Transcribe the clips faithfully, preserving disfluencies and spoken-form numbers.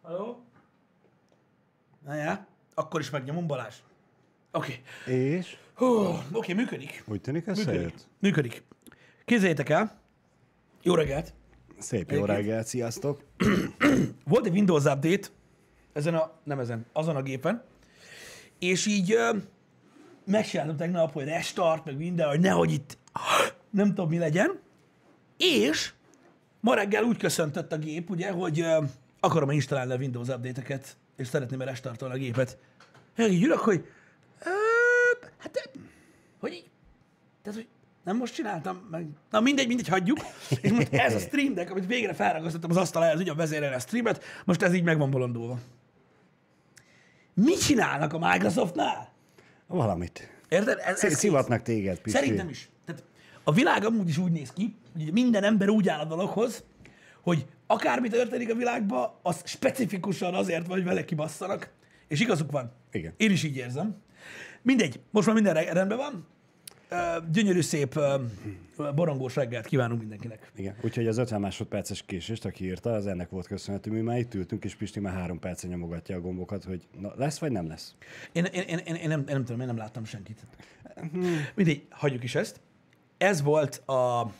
Halló? Na já, akkor is megnyomom, Balázs. Oké. Okay. És? Oké, okay, működik. Úgy tűnik, ez Működik. összejött? Működik. Képzeljétek el. Jó reggelt. Szép jó reggelt, sziasztok. Volt egy Windows Update, ezen a, nem ezen, azon a gépen, és így ö, megcsináltam tegnap, hogy restart, meg minden, hogy nehogy itt nem tudom, mi legyen. És ma reggel úgy köszöntött a gép, ugye, hogy ö, akarom installálni a Windows Update-eket, és szeretném restartolni a gépet. És így ülök, hogy ö, hát, hogy így, tehát, hogy nem most csináltam, meg... Na mindegy, mindegy, hagyjuk. És most ez a Stream Deck, amit végre felragasztottam az asztalára, az ugyan vezérelni a streamet, most ez így meg van bolondulva. Mit csinálnak a Microsoftnál? Valamit. Érted? Ez, ez Szivatnak téged, Pisti. Szerintem is. Tehát a világ amúgy is úgy néz ki, hogy minden ember úgy áll a dologhoz, hogy akármi történik a világban, az specifikusan azért van, hogy vele kibasszanak. És igazuk van. Igen. Én is így érzem. Mindegy, most már minden rendben van. Gyönyörű, szép, borongós reggelt kívánunk mindenkinek. Igen. Úgyhogy az ötven másodperces késést, aki írta, az ennek volt köszönhető. Mi már itt ültünk, és Pisti már három percen nyomogatja a gombokat, hogy na, lesz vagy nem lesz. Én, én, én, én, én, nem, én nem tudom, én nem láttam senkit. Mindegy, hagyjuk is ezt. Ez volt a...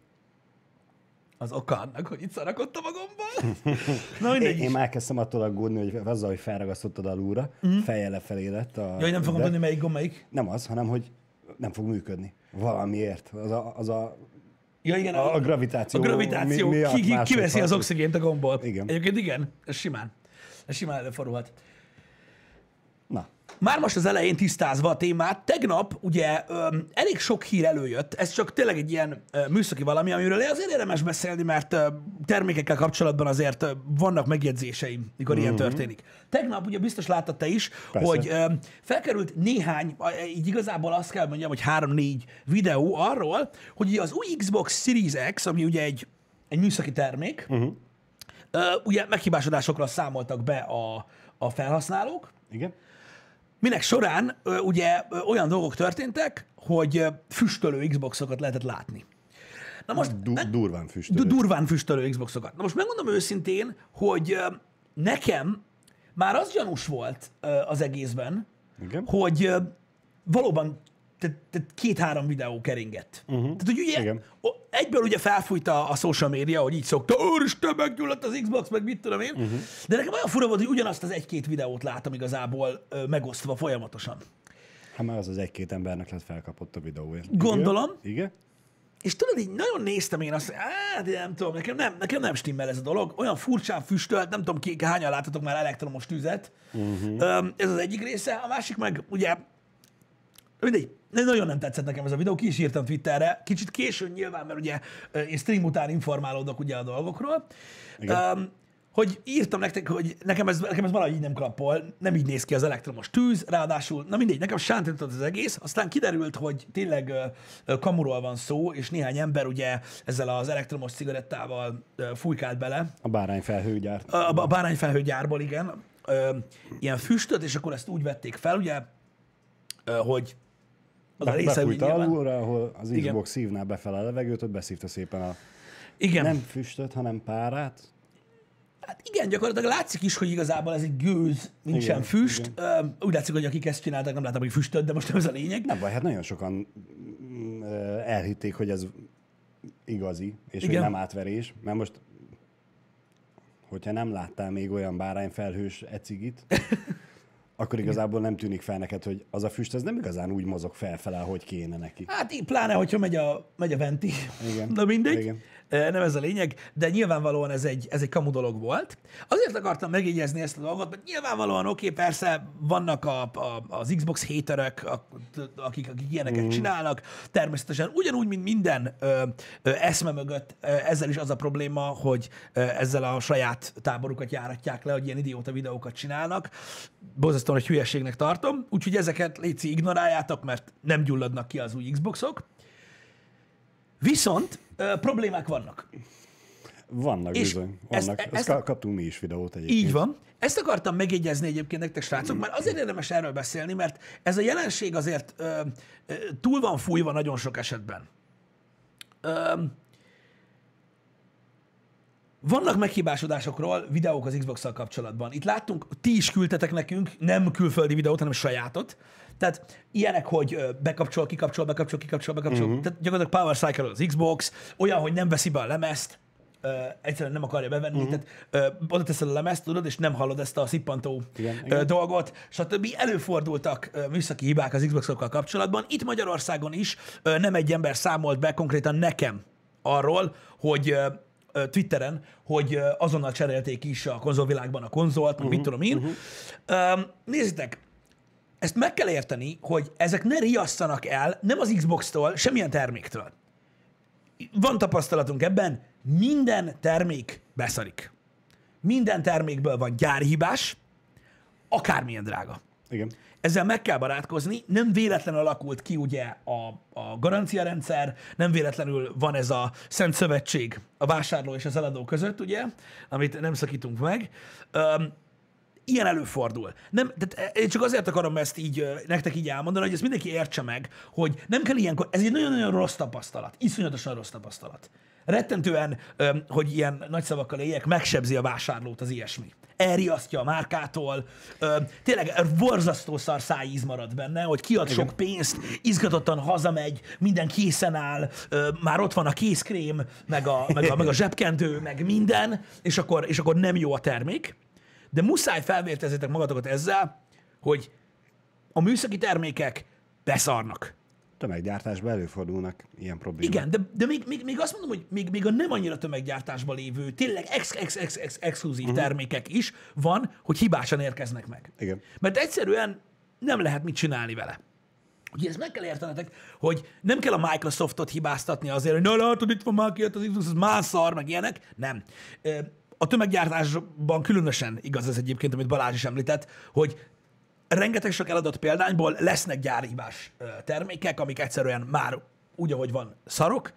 az oka annak, hogy itt szarakodtam a gombbal. Na mindegy. Én, én már kezdtem attól aggódni, hogy azzal, hogy felragasztottad alulra, mm. fejjel lefelé lett a... Jaj, nem fogom tudni, melyik gomb melyik. Nem az, hanem hogy nem fog működni. Valamiért. Az a, az a, ja, igen, a, a gravitáció. A gravitáció mi, ki, ki, kiveszi az oxigént a gombból. Igen. Egyébként igen, ez simán. Ez simán előfordulhat. Na. Már most az elején tisztázva a témát, tegnap ugye öm, elég sok hír előjött, ez csak tényleg egy ilyen ö, műszaki valami, amiről azért érdemes beszélni, mert ö, termékekkel kapcsolatban azért ö, vannak megjegyzéseim, mikor mm-hmm. ilyen történik. Tegnap ugye biztos láttad te is, Persze. hogy ö, felkerült néhány, így igazából azt kell mondjam, hogy három-négy videó arról, hogy ugye az új Xbox Series X, ami ugye egy, egy műszaki termék, mm-hmm. ö, ugye meghibásodásokra számoltak be a, a felhasználók. Igen. Minek során ö, ugye ö, olyan dolgok történtek, hogy ö, füstölő Xboxokat lehetett látni. Na most, Du- meg, durván füstölő. Du- durván füstölő Xboxokat. Na most megmondom őszintén, hogy ö, nekem már az gyanús volt ö, az egészben, Igen. hogy ö, valóban te, te két-három videó keringett. Uh-huh. Tehát, hogy ugye Igen. egyből ugye felfújta a social media, hogy így szokta, úristen, meggyulladt az Xbox, meg mit tudom én. Uh-huh. De nekem olyan fura volt, hogy ugyanazt az egy-két videót látom igazából ö, megosztva folyamatosan. Hát már az az egy-két embernek lett felkapott a videóért. Gondolom. Igen? És tudod, így nagyon néztem én azt, hogy hát nem tudom, nekem nem, nekem nem stimmel ez a dolog. Olyan furcsán füstölt, nem tudom, ki, hányan láttatok már elektromos tüzet. Uh-huh. Ez az egyik része. A másik meg ugye, mindegy, nagyon nem tetszett nekem ez a videó, ki is írtam Twitterre. Kicsit későn nyilván, mert ugye én stream után informálódok ugye a dolgokról. Um, hogy írtam nektek, hogy nekem ez, nekem ez valahogy így nem klappol, nem így néz ki az elektromos tűz, ráadásul, na mindegy, nekem sántított az egész, aztán kiderült, hogy tényleg uh, kamuról van szó, és néhány ember ugye ezzel az elektromos cigarettával uh, fújkált bele. A bárányfelhőgyár. A, a, a bárányfelhőgyárból, igen. Uh, ilyen füstöt, és akkor ezt úgy vették fel, ugye, uh, hogy az Be, a része, befújta nyilván... alulra, ahol az Xbox Igen. szívná befele a levegőt, ott beszívta szépen a Igen. nem füstöt, hanem párát. Hát igen, gyakorlatilag látszik is, hogy igazából ez egy gőz, nincsen Igen, füst. Igen. Úgy látszik, hogy akik ezt csináltak, nem láttam, hogy füstöt, de most nem ez a lényeg. Nem baj, hát nagyon sokan mm, elhitték, hogy ez igazi, és Igen. hogy nem átverés, mert most, hogyha nem láttál még olyan bárányfelhős ecigit, akkor igazából nem tűnik fel neked, hogy az a füst, ez nem igazán úgy mozog felfele, ahogy kéne neki. Hát így pláne, hogyha megy a, megy a venti. Igen. Na mindegy. Igen. Nem ez a lényeg, de nyilvánvalóan ez egy, ez egy kamu dolog volt. Azért akartam megjegyezni ezt a dolgot, mert nyilvánvalóan oké, okay, persze vannak a, a, az Xbox haterek, a, akik, akik ilyeneket mm. csinálnak. Természetesen ugyanúgy, mint minden ö, ö, eszme mögött, ö, ezzel is az a probléma, hogy ö, ezzel a saját táborukat járatják le, hogy ilyen idióta videókat csinálnak. Borzasztóan egy hülyeségnek tartom, úgyhogy ezeket léci ignoráljátok, mert nem gyulladnak ki az új Xboxok. Viszont ö, problémák vannak. Vannak És bizony. Vannak. Ezt, ezt, ezt, kaptunk mi is videót egyébként. így van. Ezt akartam megjegyezni egyébként nektek, srácok, mert azért érdemes erről beszélni, mert ez a jelenség azért ö, ö, túl van fújva nagyon sok esetben. Ö, Vannak meghibásodásokról videók az Xbox-szal kapcsolatban. Itt láttunk, ti is küldtetek nekünk, nem külföldi videót, hanem sajátot. Tehát ilyenek, hogy bekapcsol, kikapcsol, bekapcsol, kikapcsol, bekapcsol. Uh-huh. Tehát gyakorlatilag power cycle az Xbox, olyan, hogy nem veszi be a lemezt, uh, egyszerűen nem akarja bevenni, uh-huh. tehát uh, oda teszed a lemezt, tudod, és nem hallod ezt a szippantó igen, uh, igen. dolgot, stb. Előfordultak uh, műszaki hibák az Xbox-okkal kapcsolatban. Itt Magyarországon is uh, nem egy ember számolt be konkrétan nekem arról, hogy uh, Twitteren, hogy azonnal cserélték is a konzolvilágban a konzolt, meg uh-huh, mit tudom én. Uh-huh. Nézzétek, ezt meg kell érteni, hogy ezek ne riasszanak el, nem az Xbox-tól, semmilyen terméktől. Van tapasztalatunk ebben, minden termék beszarik. Minden termékből van gyárhibás, akármilyen drága. Igen. Ezzel meg kell barátkozni, nem véletlenül alakult ki ugye a, a garanciarendszer, nem véletlenül van ez a szent szövetség a vásárló és az eladó között, ugye, amit nem szakítunk meg. Um, ilyen előfordul. Nem, tehát én csak azért akarom ezt így nektek így elmondani, hogy ezt mindenki értse meg, hogy nem kell ilyenkor, ez egy nagyon-nagyon rossz tapasztalat, iszonyatosan rossz tapasztalat. Rettentően, hogy ilyen nagy szavakkal éljek, megsebzi a vásárlót az ilyesmi. Elriasztja a márkától, tényleg borzasztó szar szájíz marad benne, hogy kiad igen. sok pénzt, izgatottan hazamegy, minden készen áll, már ott van a kézkrém, meg a, meg a, meg a zsebkendő, meg minden, és akkor, és akkor nem jó a termék. De muszáj felvértezzétek magatokat ezzel, hogy a műszaki termékek beszarnak. Tömeggyártásban előfordulnak ilyen problémák. Igen, de, de még, még, még azt mondom, hogy még, még a nem annyira tömeggyártásban lévő, tényleg ex, ex, ex, ex, exkluzív uh-huh. termékek is van, hogy hibásan érkeznek meg. Igen. Mert egyszerűen nem lehet mit csinálni vele. Ugye ezt meg kell értenetek, hogy nem kell a Microsoftot hibáztatni azért, hogy na látod, itt van már kijött az Xbox, ez már szar, meg ilyenek. Nem. A tömeggyártásban különösen igaz ez egyébként, amit Balázs is említett, hogy rengeteg sok eladott példányból lesznek gyárhibás termékek, amik egyszerűen már úgy, ahogy van, szarok.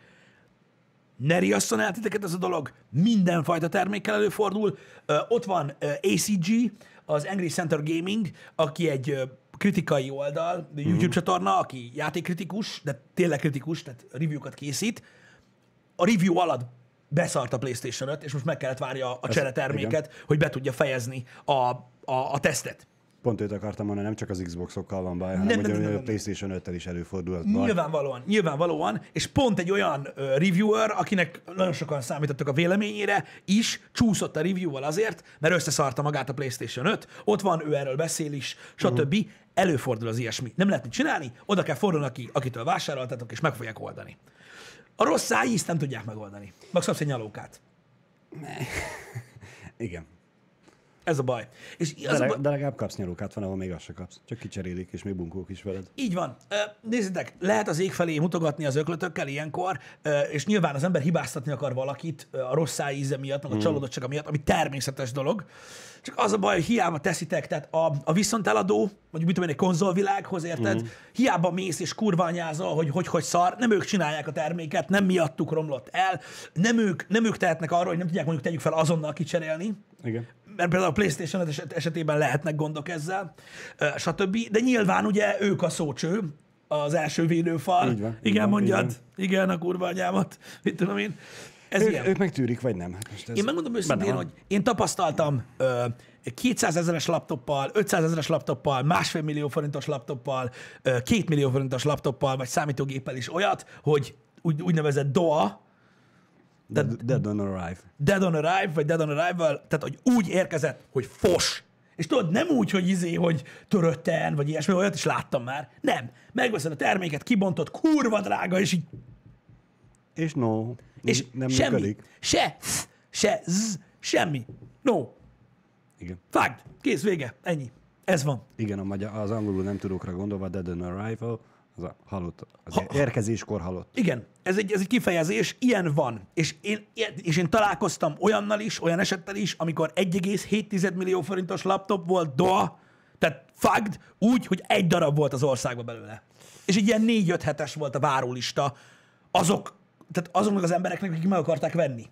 Ne riasszon el titeket ez a dolog, mindenfajta termékkel előfordul. Ott van á cé gé, az Angry Center Gaming, aki egy kritikai oldal, YouTube mm-hmm. csatorna, aki játékkritikus, de tényleg kritikus, tehát review-kat készít. A review alatt beszart a PlayStation öt, és most meg kellett várja a csere terméket, hogy be tudja fejezni a, a, a tesztet. Pont őt akartam mondani, nem csak az Xboxokkal van baj, hanem nem, nem, nem, a PlayStation öttel is előfordul. Nyilvánvalóan, nyilvánvalóan, és pont egy olyan uh, reviewer, akinek nagyon sokan számítottak a véleményére, is csúszott a review-val azért, mert összeszarta magát a PlayStation öt, ott van, ő erről beszél is, stb. Uh-huh. Előfordul az ilyesmi. Nem lehet mit csinálni, oda kell fordulni, aki, akitől vásároltatok, és meg fogják oldani. A rossz szájízt nem tudják megoldani. Megszabsz egy nyalókát. Igen. Ez a baj. És az de, a baj... de legalább kapsz nyalókát, van, ahol még azt se kapsz. Csak kicserélik, és még bunkók is veled. Így van. Nézzétek, lehet az ég felé mutogatni az öklötökkel ilyenkor, és nyilván az ember hibáztatni akar valakit a rossz szájíze miatt, meg a csalódottsága miatt, ami természetes dolog. Csak az a baj, hogy hiába teszitek, tehát a, a viszonteladó, vagy mit tudom én, egy konzolvilághoz, érted? Mm. Hiába mész és kurva anyázol, hogy, hogy hogy szar, nem ők csinálják a terméket, nem miattuk romlott el, nem ők, nem ők tehetnek arról, hogy nem tudják mondjuk tegyük fel azonnal kicserélni. Igen. Mert például a PlayStation öt esetében lehetnek gondok ezzel, stb. De nyilván ugye ők a szócső, az első védőfal. Így van, igen, van, mondjad. Igen, a kurva anyámat. Mit tudom én. Ez ő, ilyen. Ők megtűrik, vagy nem? Hát én megmondom őszintén, hogy én tapasztaltam ö, kétszázezeres laptoppal, ötszázezeres laptoppal, másfél millió forintos laptoppal, ö, két millió forintos laptoppal, vagy számítógéppel is olyat, hogy úgy, úgynevezett dé o á, Dead, dead on Arrive. Dead on Arrive, vagy Dead on Arrival, tehát hogy úgy érkezett, hogy fos. És tudod, nem úgy, hogy izé, hogy törötten, vagy ilyesmi, olyat is láttam már. Nem. Megveszed a terméket, kibontott, kurva drága, és így... És no. És nem semmi. működik. Se, se, zzz, semmi. No. Igen. Fagd. Kész, vége. Ennyi. Ez van. Igen, a magyar, az angolul nem tudókra gondolva, Dead on Arrival, az a halott, az ha, érkezéskor halott. Igen, ez egy, ez egy kifejezés, ilyen van. És én, és én találkoztam olyannal is, olyan esettel is, amikor egy egész hét millió forintos laptop volt, dé o á, tehát fagd, úgy, hogy egy darab volt az országban belőle. És egy ilyen négy-öt hetes volt a várólista azok, tehát azoknak az embereknek, akik meg akarták venni.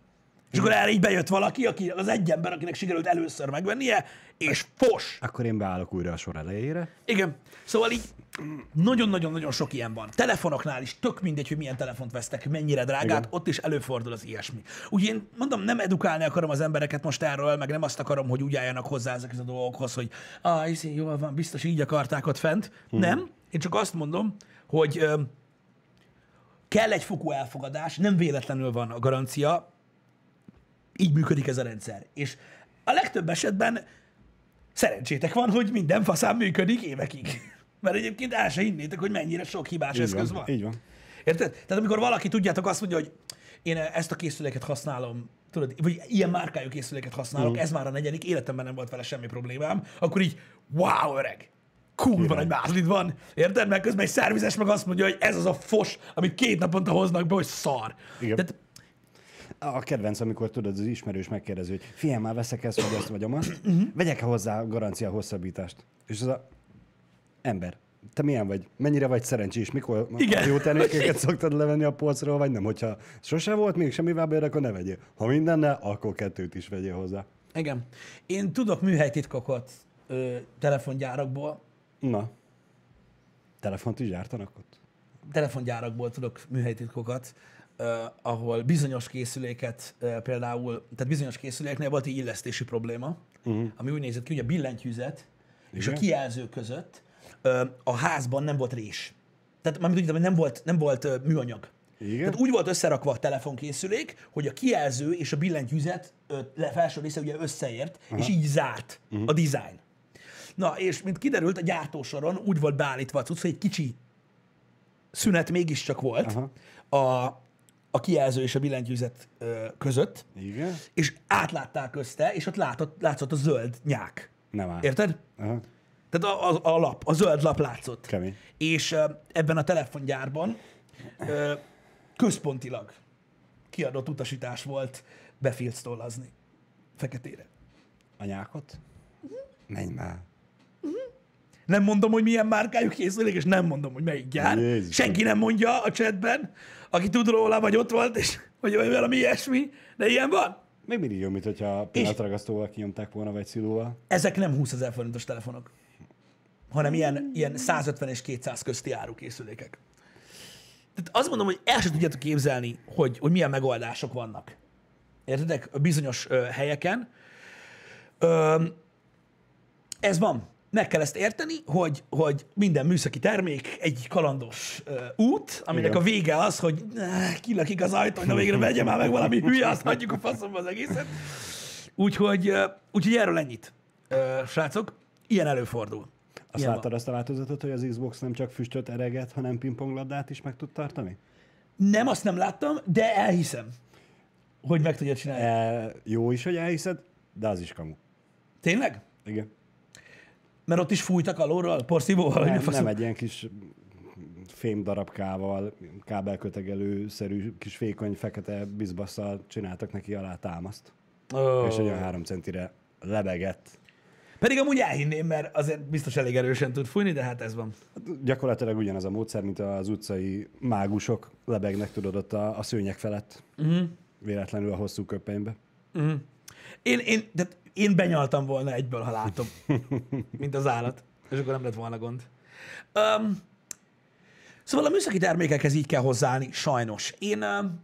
És akkor erre így bejött valaki, aki az egy ember, akinek sikerült először megvennie, és fos! Akkor én beállok újra a sor elejére. Igen. Szóval így nagyon-nagyon-nagyon sok ilyen van. Telefonoknál is tök mindegy, hogy milyen telefont vesztek, mennyire drágát, igen. Ott is előfordul az ilyesmi. Úgyhogy én mondom, nem edukálni akarom az embereket most erről, meg nem azt akarom, hogy úgy álljanak hozzá ezekhez a dolgokhoz, hogy ah, iszé, jól van, biztos így akarták ott fent. Hmm. Nem. Én csak azt mondom, hogy ö, kell egy fokú elfogadás, nem véletlenül van a garancia, így működik ez a rendszer. És a legtöbb esetben szerencsétek van, hogy minden faszán működik évekig. Mert egyébként el se hinnétek, hogy mennyire sok hibás így eszköz van, van. Így van. Érted? Tehát amikor valaki, tudjátok, azt mondja, hogy én ezt a készüléket használom, tudod, vagy ilyen márkájú készüléket használok, mm. ez már a negyedik, életemben nem volt vele semmi problémám, akkor így, wow, öreg, kurva nagy mázlid van, érted? Meg közben egy szervizes meg azt mondja, hogy ez az a fos, amit két naponta hoznak be, hogy szar. Igen. Tehát, A kedvenc, amikor tudod, az ismerős megkérdezi, hogy fiam, már veszek ezt, vagy azt, vagy amazt, vegyek-e hozzá a garancia hosszabbítást? És az a ember, te milyen vagy? Mennyire vagy szerencsés? Mikor igen. jó termékeket szoktad levenni a polcról, vagy nem? Hogyha sose volt még semmivel bejön, akkor ne vegyél. Ha mindennel, akkor kettőt is vegyél hozzá. Igen. Én tudok műhelytitkokat ö, telefongyárakból. Na. Telefont is gyártanak ott? Telefongyárakból tudok műhelytitkokat, Uh, ahol bizonyos készüléket uh, például, tehát bizonyos készüléknél volt egy illesztési probléma, uh-huh. ami úgy nézett ki, hogy a billentyűzet igen. és a kijelző között uh, a házban nem volt rés. Tehát mármint úgy, hogy nem volt, nem volt uh, műanyag. Igen? Tehát úgy volt összerakva a telefonkészülék, hogy a kijelző és a billentyűzet uh, felső része ugye összeért, aha. és így zárt uh-huh. a design. Na, és mint kiderült, a gyártósoron úgy volt beállítva a cucc, hogy egy kicsi szünet mégiscsak volt aha. a a kijelző és a billentyűzet ö, között, igen. és átlátták közte, és ott látott, látszott a zöld nyák. Nem áll. Érted? Aha. Tehát a, a, a lap, a zöld lap látszott. Kemény. És ö, ebben a telefongyárban ö, központilag kiadott utasítás volt befilctollazni feketére. A nyákot? Uh-huh. Menj már. Uh-huh. Nem mondom, hogy milyen márkájú készülék, és nem mondom, hogy melyik gyár. Jézus. Senki nem mondja a chatben, aki tud róla, vagy ott volt, és vagy valami ilyesmi, de ilyen van. Még mindig jó, mint hogyha pillanatragasztóval kinyomták volna, vagy szilóval. Ezek nem húszezer forintos telefonok, hanem ilyen, ilyen százötven és kétszáz közti árukészülékek. Tehát azt mondom, hogy el sem tudjátok képzelni, hogy, hogy milyen megoldások vannak. Értedek? A bizonyos ö, helyeken. Ö, ez van. Meg kell ezt érteni, hogy, hogy minden műszaki termék egy kalandos uh, út, aminek igen. a vége az, hogy uh, kilakik az ajtón, na végre vegye már meg valami hülye, azt hagyjuk a faszomba az egészet. Úgyhogy, uh, úgyhogy erről ennyit, uh, srácok. Ilyen előfordul. Azt Ilyen láttad van. Azt a változatot, hogy az Xbox nem csak füstöt ereget, hanem pingponglabdát is meg tud tartani? Nem, azt nem láttam, de elhiszem, hogy meg tudja csinálni. E, jó is, hogy elhiszed, de az is kamu. Tényleg? Igen. Mert ott is fújtak alulról, porszívóval? Nem, nem egy ilyen kis fém darabkával, kábelkötegelő-szerű kis fékony fekete bizbasszal csináltak neki alá támaszt. Oh. És egy olyan három centire lebegett. Pedig amúgy elhinném, mert azért biztos elég erősen tud fújni, de hát ez van. Hát gyakorlatilag ugyanaz a módszer, mint az utcai mágusok lebegnek, tudod, ott a, a szőnyek felett. Uh-huh. Véletlenül a hosszú köpenybe. Uh-huh. Én, én, de én benyaltam volna egyből, ha látom, mint az állat, és akkor nem lett volna gond. Um, szóval a műszaki termékekhez így kell hozzáállni, sajnos. Én, um,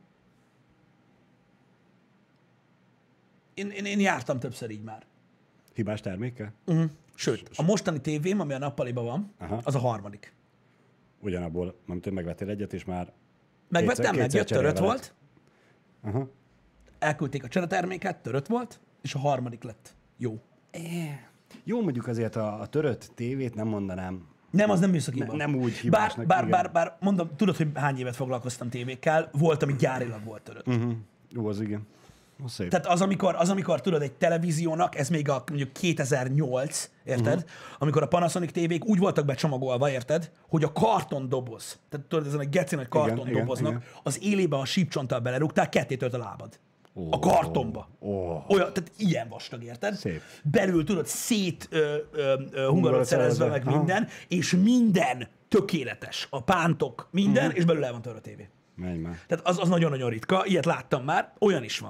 én, én, én jártam többször így már. Hibás termékkel? Uh-huh. Sőt, a mostani tévém, ami a nappaliban van, aha. az a harmadik. Ugyanabból, amit én megvettél egyet, és már megvettem meg, jött, törött volt. Aha. Elküldték a csereterméket, törött volt, és a harmadik lett. Jó. É. Jó, mondjuk azért a, a törött tévét nem mondanám. Nem, az nem műszakiban. Ne, nem úgy hibásnak. Bár, bár, bár, bár, mondom, tudod, hogy hány évet foglalkoztam tévékkel, volt, ami gyárilag volt törött. Uh-huh. Jó, az igen. Az szép. Tehát az amikor, az, amikor tudod, egy televíziónak, ez még a mondjuk kétezer-nyolc, érted? Uh-huh. Amikor a Panasonic tévék úgy voltak becsomagolva, érted? Hogy a kartondoboz, tehát tudod, ezen a geci nagy kartondoboznak, az élébe a sípcsonttal belerúgták, ketté tört a lábad. Oh, a kartonba. Oh. Olyan, tehát ilyen vastag, érted? Szép. Belül tudod, szét ö, ö, ö, hungarot szerezve, meg aha. minden, és minden tökéletes. A pántok, minden, uh-huh. és belül el van törve a tévé. Menj már. Tehát az, az nagyon-nagyon ritka, ilyet láttam már, olyan is van.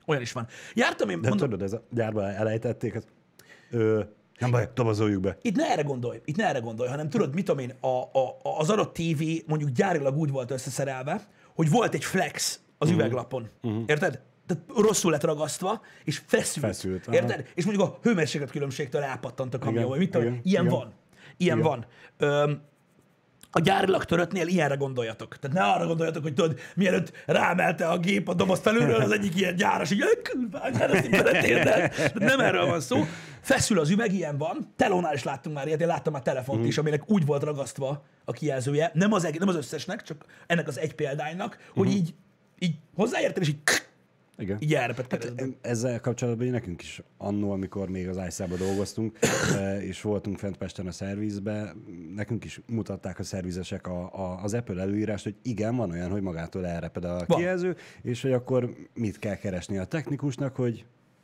Olyan is van. Jártam én, De mondom, tudod, ez a gyárba elejtették, ez, ö, nem baj, dobozoljuk be. itt ne erre gondolj, itt ne erre gondolj, hanem tudod, mit tudom én, a, a, az adott tévé mondjuk gyárilag úgy volt összeszerelve, hogy volt egy flex az uh-huh. üveglapon. Uh-huh. Érted? Tehát rosszul lett ragasztva, és feszült. Feszült érted? És mondjuk a hőmérséklet különbségtől elpattant a kamion, vagy mit tudom, igen, ilyen igen. van. Ilyen igen. van. Öm, a gyárilag töröttnél ilyenre gondoljatok. Tehát ne arra gondoljatok, hogy tudod, mielőtt rámelte a gép a doboz felülről, az egyik ilyen gyáros, hogy kurvány, hát ezt beletérdel. Nem erről van szó. Feszül az üveg, ilyen van. Telónál is láttunk már ilyet, én láttam már telefont mm. is, aminek úgy volt ragasztva a kijelzője, nem az, nem az összesnek, csak ennek az egy példánynak, hogy mm. így, így hozzáértél, és így igen. Így elrepett keresztben. Hát ezzel kapcsolatban nekünk is annó, amikor még az ájszában dolgoztunk, és voltunk fent Pesten a szervizbe, nekünk is mutatták a szervizesek a, a, az Apple előírást, hogy igen, van olyan, hogy magától elreped a van. kijelző, és hogy akkor mit kell keresni a technikusnak, hogy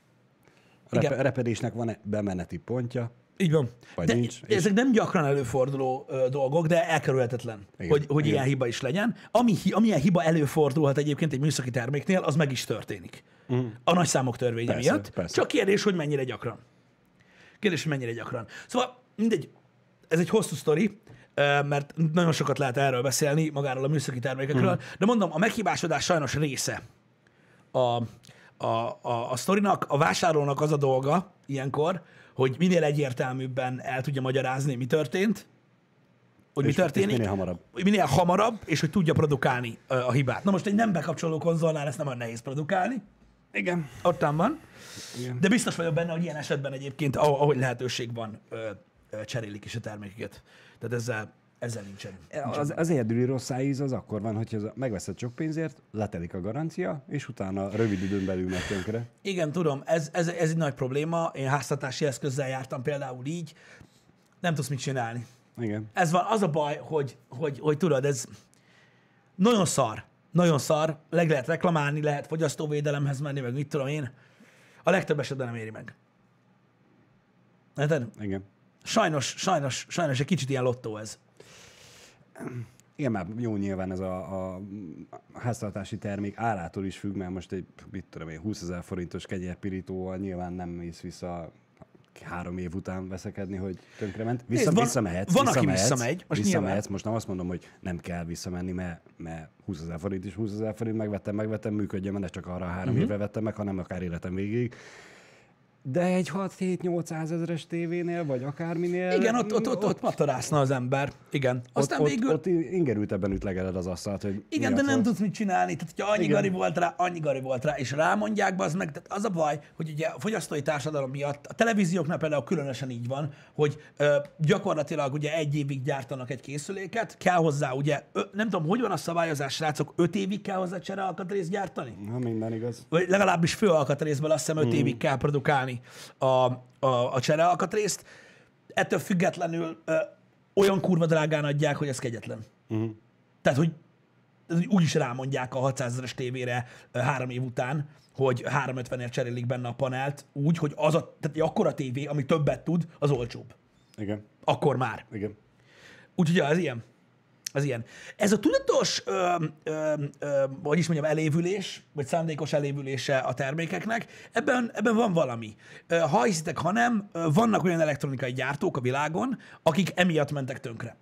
a rep- repedésnek van-e bemeneti pontja. Így van. Vagy de nincs. Ezek és... nem gyakran előforduló ö, dolgok, de elkerülhetetlen, igen, hogy, hogy ilyen hiba is legyen. Ami, amilyen hiba előfordulhat egyébként egy műszaki terméknél, az meg is történik. Mm. A nagy számok törvénye persze, miatt. Persze. Csak kérdés, hogy mennyire gyakran. Kérdés, hogy mennyire gyakran. Szóval mindegy, ez egy hosszú sztori, mert nagyon sokat lehet erről beszélni, magáról a műszaki termékekről, mm. de mondom, a meghibásodás sajnos része a, a, a, a sztorinak, a vásárlónak az a dolga ilyenkor, hogy minél egyértelműbben el tudja magyarázni, mi történt, hogy és, mi történik. És minél hamarabb. Minél hamarabb, és hogy tudja produkálni a hibát. Na most egy nem bekapcsoló konzolnál ezt nem olyan nehéz produkálni. Igen. Ottan van. Igen. De biztos vagyok benne, hogy ilyen esetben egyébként, ahogy lehetőség van, ö, ö, cserélik is a termékeket. Tehát ezzel, ezzel nincsen. nincsen az, az egyedüli rossz íz az akkor van, hogyha megveszed sok pénzért, letelik a garancia, és utána rövid időn belül megy tönkre. Igen, tudom, ez, ez, ez egy nagy probléma. Én háztartási eszközzel jártam például így. Nem tudsz mit csinálni. Igen. Ez van, az a baj, hogy, hogy, hogy tudod, ez nagyon szar. Nagyon szar. Leg lehet reklamálni, lehet fogyasztóvédelemhez menni, meg mit tudom én. A legtöbb esetben nem éri meg. Érted? Igen. Sajnos, sajnos, sajnos egy kicsit ilyen lottó ez. Igen, már jó nyilván ez a, a háztartási termék árától is függ, mert most egy, mit tudom én, húszezer forintos kegyelpirítóval nyilván nem mész vissza három év után veszekedni, hogy tönkrement. Vissza, van, visszamehetsz. Van, visszamehetsz, aki visszamegy. Most visszamehetsz. Most nem azt mondom, hogy nem kell visszamenni, mert, mert húszezer forint is húszezer forint, megvettem, megvettem, működjön, mert csak arra a három uh-huh. évre vettem meg, hanem akár életem végig. De egy hat-hét-nyolcszáz ezeres tévénél, vagy akárminél... Igen, ott, ott, ott, ott matarászna az ember. Igen. Aztán ott, végül... Ott, ott ingerültebben ütlegeled az asztalt, hogy... Igen, de nem van. Tudsz mit csinálni. Tehát, hogyha annyi gari volt rá, annyi gari volt rá, és rámondják be, az meg... Tehát az a baj, hogy ugye a fogyasztói társadalom miatt, a televízióknál például különösen így van, hogy ö, gyakorlatilag ugye egy évig gyártanak egy készüléket, kell hozzá ugye, ö, nem tudom, hogy van a szabályozás, srácok, öt évig kell hozzá cserealkatrészt gyártani? Ha minden igaz. Vagy legalábbis főalkatrészből azt hiszem öt mm. évig kell produkálni a, a, a cserealkatrészt. Ettől függetlenül ö, olyan kurva drágán adják, hogy ez kegyetlen. Uh-huh. Tehát, hogy úgy is rámondják a hatszázezeres tévére ö, három év után, hogy háromszázötvenért cserélik benne a panelt, úgy, hogy az a, tehát egy akkora tévé, ami többet tud, az olcsóbb. Igen. Akkor már. Igen. Úgyhogy ja, ez ilyen. Ez ilyen. Ez a tudatos, ö, ö, ö, hogy is mondjam, elévülés, vagy szándékos elévülése a termékeknek, ebben, ebben van valami. Ha hiszitek, ha nem, vannak olyan elektronikai gyártók a világon, akik emiatt mentek tönkre.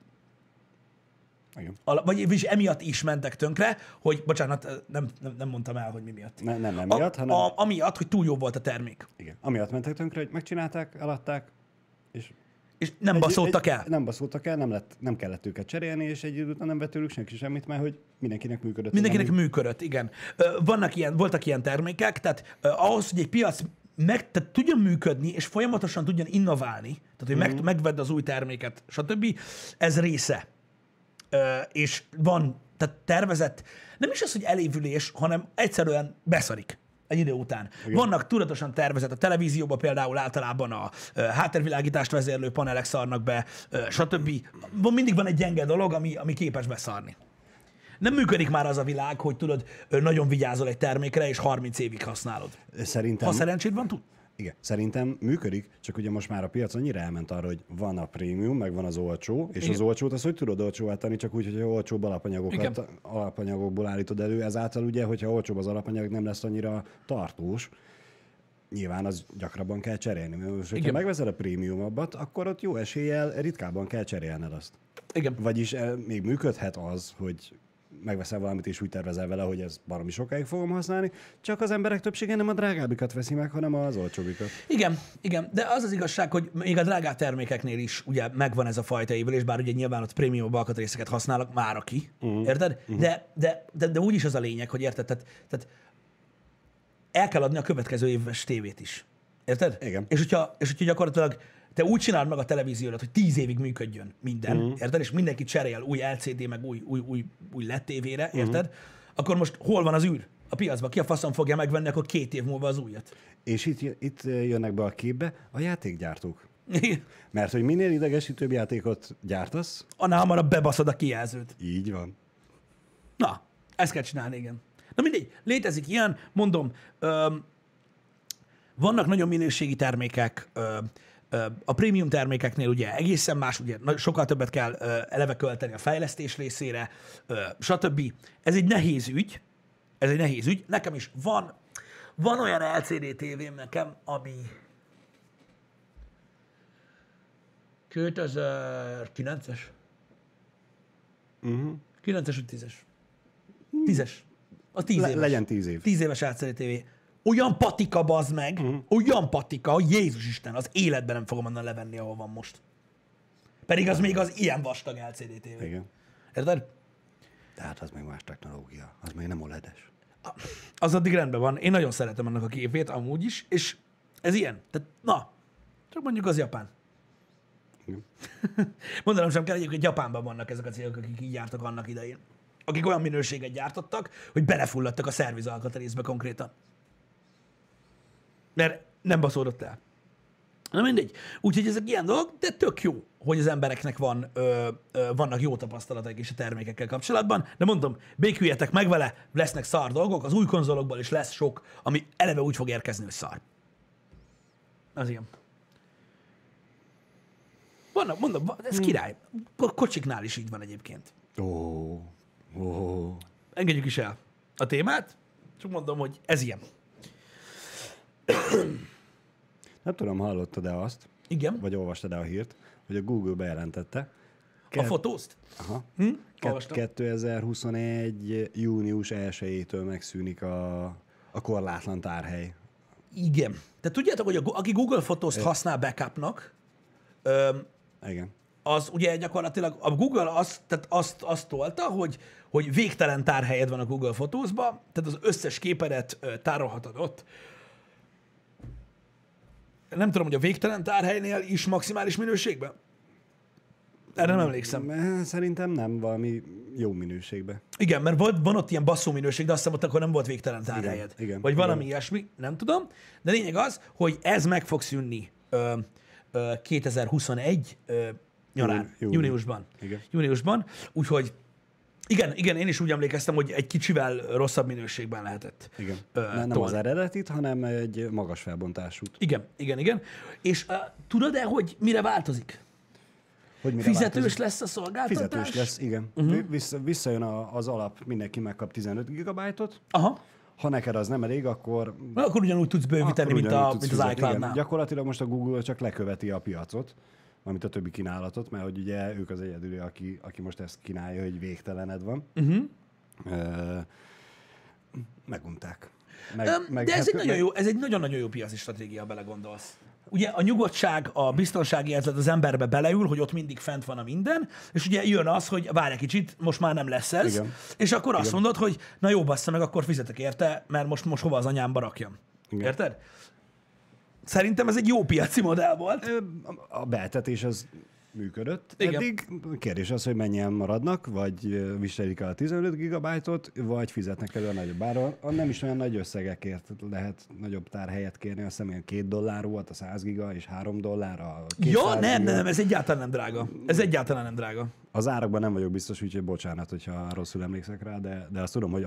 Igen. A, vagy és emiatt is mentek tönkre, hogy, bocsánat, nem, nem, nem mondtam el, hogy mi miatt. Ne, nem emiatt, a, hanem... A, amiatt, hogy túl jó volt a termék. Igen. Amiatt mentek tönkre, hogy megcsinálták, eladták, és... És nem egy, baszoltak egy, el? Nem baszoltak el, nem, lett, nem kellett őket cserélni, és egy idő után nem vett tőlük senki semmit, mert hogy mindenkinek működött. Mindenkinek nem, működött, igen. Vannak ilyen, voltak ilyen termékek, tehát ahhoz, hogy egy piac meg, tehát tudjon működni, és folyamatosan tudjon innoválni, tehát hogy mm-hmm. meg, megvedd az új terméket, stb., ez része. És van, tehát tervezett, nem is az, hogy elévülés, hanem egyszerűen beszarik egy idő után. Igen. Vannak tudatosan tervezett, a televízióban például általában a uh, háttérvilágítást vezérlő panelek szarnak be, uh, stb. Mindig van egy gyenge dolog, ami, ami képes beszarni. Nem működik már az a világ, hogy tudod, nagyon vigyázol egy termékre, és harminc évig használod. Szerintem... Ha szerencséd van, tud. Igen, szerintem működik, csak ugye most már a piac annyira elment arra, hogy van a prémium, meg van az olcsó, és Igen. az olcsót az hogy tudod olcsóváltani, csak úgy, hogy olcsóbb alapanyagokat, Igen. alapanyagokból állítod elő, ezáltal ugye, hogyha olcsóbb az alapanyag, nem lesz annyira tartós. Nyilván az gyakrabban kell cserélni. Most, hogyha Igen. megveszed a prémiumabbat, akkor ott jó eséllyel ritkábban kell cserélned azt. Igen. Vagyis eh, még működhet az, hogy megveszel valamit, és úgy tervezel vele, hogy ez baromi sokáig fogom használni, csak az emberek többsége nem a drágábbikat veszi meg, hanem az olcsóbbikat. Igen, igen, de az az igazság, hogy még a drágább termékeknél is ugye megvan ez a fajta évelés, bár ugye nyilván ott prémium alkatrészeket használnak már aki, uh-huh. érted? Uh-huh. De, de, de, de úgyis az a lényeg, hogy érted, tehát, tehát el kell adni a következő éves tévét is. Érted? Igen. És hogyha, és hogyha gyakorlatilag te úgy csinálod meg a televíziódat, hogy tíz évig működjön minden, Mhm. uh-huh. érted? És mindenki cserél új el cé dé, meg új, új, új, új el é dé tévére, érted? Uh-huh. Akkor most hol van az űr a piacban? Ki a faszom fogja megvenni akkor két év múlva az újat? És itt, itt jönnek be a képbe a játékgyártók. Mert hogy minél idegesítőbb játékot gyártasz, Annál hamarabb bebaszod a kijelzőt. így van. Na, ezt kell csinálni, igen. Na mindegy, létezik ilyen, mondom, öm, vannak nagyon minőségi termékek, ö, ö, a prémium termékeknél ugye egészen más, ugye na- sokkal többet kell ö, eleve költeni a fejlesztés részére, ö, stb. Ez egy nehéz ügy, ez egy nehéz ügy. Nekem is van, van olyan el cé dé tévém nekem, ami kétezer-kilences? Uh-huh. kilences vagy tízes? tízes. A tíz Le, éves. legyen tíz év. Tíz éves el cé dé tévé. Olyan patika, bazd meg, uh-huh. olyan patika, hogy Jézus Isten, az életben nem fogom onnan levenni, ahol van most. Pedig az még az ilyen vastag el cé dé tévé. Igen. Érted? Tehát az még más technológia, az még nem o el é des. Az addig rendben van. Én nagyon szeretem annak a képét, amúgy is, és ez ilyen. Tehát, na, csak mondjuk az Japán. Igen. Mondanom sem kell, egyébként Japánban vannak ezek a cégek, akik így jártak annak idején. Akik olyan minőséget gyártottak, hogy belefulladtak a szervizalkatrészbe konkrétan. Mert nem baszódott el. Na mindegy. Úgyhogy ezek ilyen dolgok, de tök jó, hogy az embereknek van, ö, ö, vannak jó tapasztalatok is a termékekkel kapcsolatban, de mondom, béküljetek meg vele, lesznek szar dolgok, az új konzolokból is lesz sok, ami eleve úgy fog érkezni, hogy szar. Az ilyen. Vannak, mondom, va- ez király. Ko- Kocsiknál is így van egyébként. Ó, ó. Engedjük is el a témát, csak mondom, hogy ez ilyen. Nem tudom, hallottad-e azt, Igen. vagy olvastad-e a hírt, hogy a Google bejelentette. A fotózt? Aha. Hm? Ke- Olvastam. kétezer-huszonegy. június elsejétől megszűnik a, a korlátlan tárhely. Igen. Tehát tudjátok, hogy a, aki Google Fotózt használ backupnak, öm, Igen. az ugye gyakorlatilag a Google azt, tehát azt, azt tolta, hogy, hogy végtelen tárhelyed van a Google Fotózba, tehát az összes képedet ö, tárolhatod ott. Nem tudom, hogy a végtelen tárhelynél is maximális minőségben? Erre nem emlékszem. Eh, Szerintem nem, valami jó minőségben. Igen, mert volt, van ott ilyen basszó minőség, de azt hiszem, ott akkor nem volt végtelen tárhelyed. Igen, igen, Vagy valami igen. ilyesmi, nem tudom. De lényeg az, hogy ez meg fog szűnni ö, ö, kétezer-huszonegy ö, nyarán, Júni- júniusban. Igen. Júniusban. Úgyhogy igen, igen, én is úgy emlékeztem, hogy egy kicsivel rosszabb minőségben lehetett. Igen. Ö, Ne, nem tolni. az eredetit, hanem egy magas felbontásút. Igen, igen, igen. És uh, tudod-e, hogy mire változik? Hogy mire Fizetős változik? lesz a szolgáltatás? Fizetős lesz, igen. Uh-huh. Vissza, visszajön a, az alap, mindenki megkap tizenöt gigabájtot. Aha. Ha neked az nem elég, akkor... Na, akkor ugyanúgy tudsz bővíteni, mint, ugyanúgy a, tudsz mint az fizetni. Igen, iCloud-nál. gyakorlatilag most a Google csak leköveti a piacot, amit a többi kínálatot, mert hogy ugye ők az egyedüli, aki, aki most ezt kínálja, hogy végtelened van. Uh-huh. Ö, megunták. Meg, Öm, meg, De ez hát- egy, nagyon meg- jó, ez egy nagyon-nagyon jó piaci stratégia, ha belegondolsz. Ugye a nyugodtság, a biztonsági érzet az emberbe beleül, hogy ott mindig fent van a minden, és ugye jön az, hogy várj egy kicsit, most már nem lesz ez, Igen. és akkor azt Igen. mondod, hogy na jó, bassza meg, akkor fizetek érte, mert most, most hova az anyámba rakjam. Igen. Érted? Szerintem ez egy jó piaci modell volt. Ö, A beeltetés az működött. Igen. Eddig kérdés az, hogy mennyien maradnak, vagy ö, viselik el a tizenöt gigabájtot, vagy fizetnek elő a nagyobb. Bár a, a nem is olyan nagy összegekért lehet nagyobb tárhelyet kérni, azt hiszem ilyen két dollár volt a száz giga, és három dollár a kétszáz Ja, nem, giga. nem, ez egyáltalán nem drága. Ez egyáltalán nem drága. Az árakban nem vagyok biztos, úgyhogy bocsánat, hogyha rosszul emlékszek rá, de, de azt tudom, hogy a,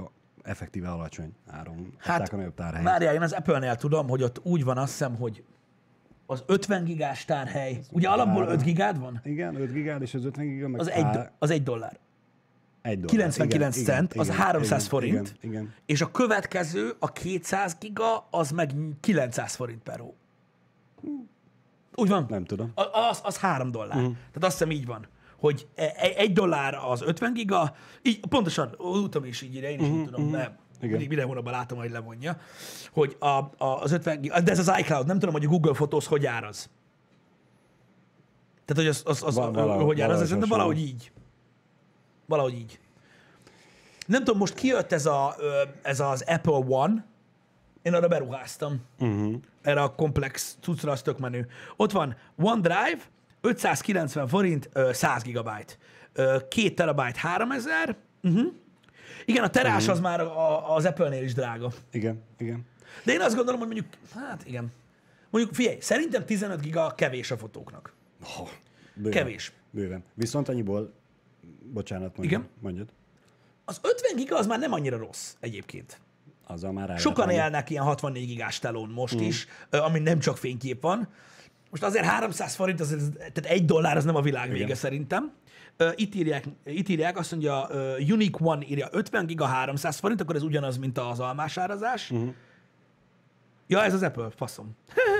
effektíve alacsony áron Hát, adták a nagyobb tárhelyet. várjál, én az Apple-nél tudom, hogy ott úgy van, azt hiszem, hogy az ötven gigás tárhely, ugye alapból öt gigád van? Igen, öt gigád és az ötven giga meg Az egy, á, az egy dollár. egy dollár. kilencvenkilenc Igen, cent, igen, az igen, háromszáz igen, forint, Igen, igen. és a következő, a kétszáz giga, az meg kilencszáz forint per hó. Úgy van? Nem tudom. A- Az, az három dollár. Uh-huh. Tehát azt hiszem így van, hogy e- e- egy dollár az ötven giga, így pontosan, utam is így ide, én is uh-huh, így tudom, uh-huh. de mindig minden hónapban látom, hogy levonja, hogy a, a, az ötven giga, de ez az iCloud, nem tudom, hogy a Google Photos hogy áraz. Tehát, hogy az, az, az Val- a, valahogy- hogy áraz, valahogy de valahogy így. Valahogy így. Nem tudom, most kijött ez, a, ö, ez az Apple One, én arra beruháztam. Uh-huh. Erre a komplex cuccra, az tök menő. Ott van OneDrive, ötszázkilencven forint, ö, száz gigabyte. Ö, két terabyte, háromezer. Uh-huh. Igen, a terás uh-huh. az már a, az Apple-nél is drága. Igen, igen. De én azt gondolom, hogy mondjuk, hát igen. Mondjuk figyelj, szerintem tizenöt giga kevés a fotóknak. Oh, bőven, Kevés. Bőven. Viszont annyiból, bocsánat, mondjad. Igen? mondjad. Az ötven giga az már nem annyira rossz egyébként. Azzal már rá Sokan lehet élnek ilyen hatvannégy gigás telón most mm. is, ami nem csak fénykép van. Most azért háromszáz forint, az, tehát egy dollár az nem a világ vége Igen. szerintem. Itt írják, itt írják, azt mondja, Unique One írja ötven giga háromszáz forint, akkor ez ugyanaz, mint az almás árazás. Mm. Ja, ez az Apple, faszom.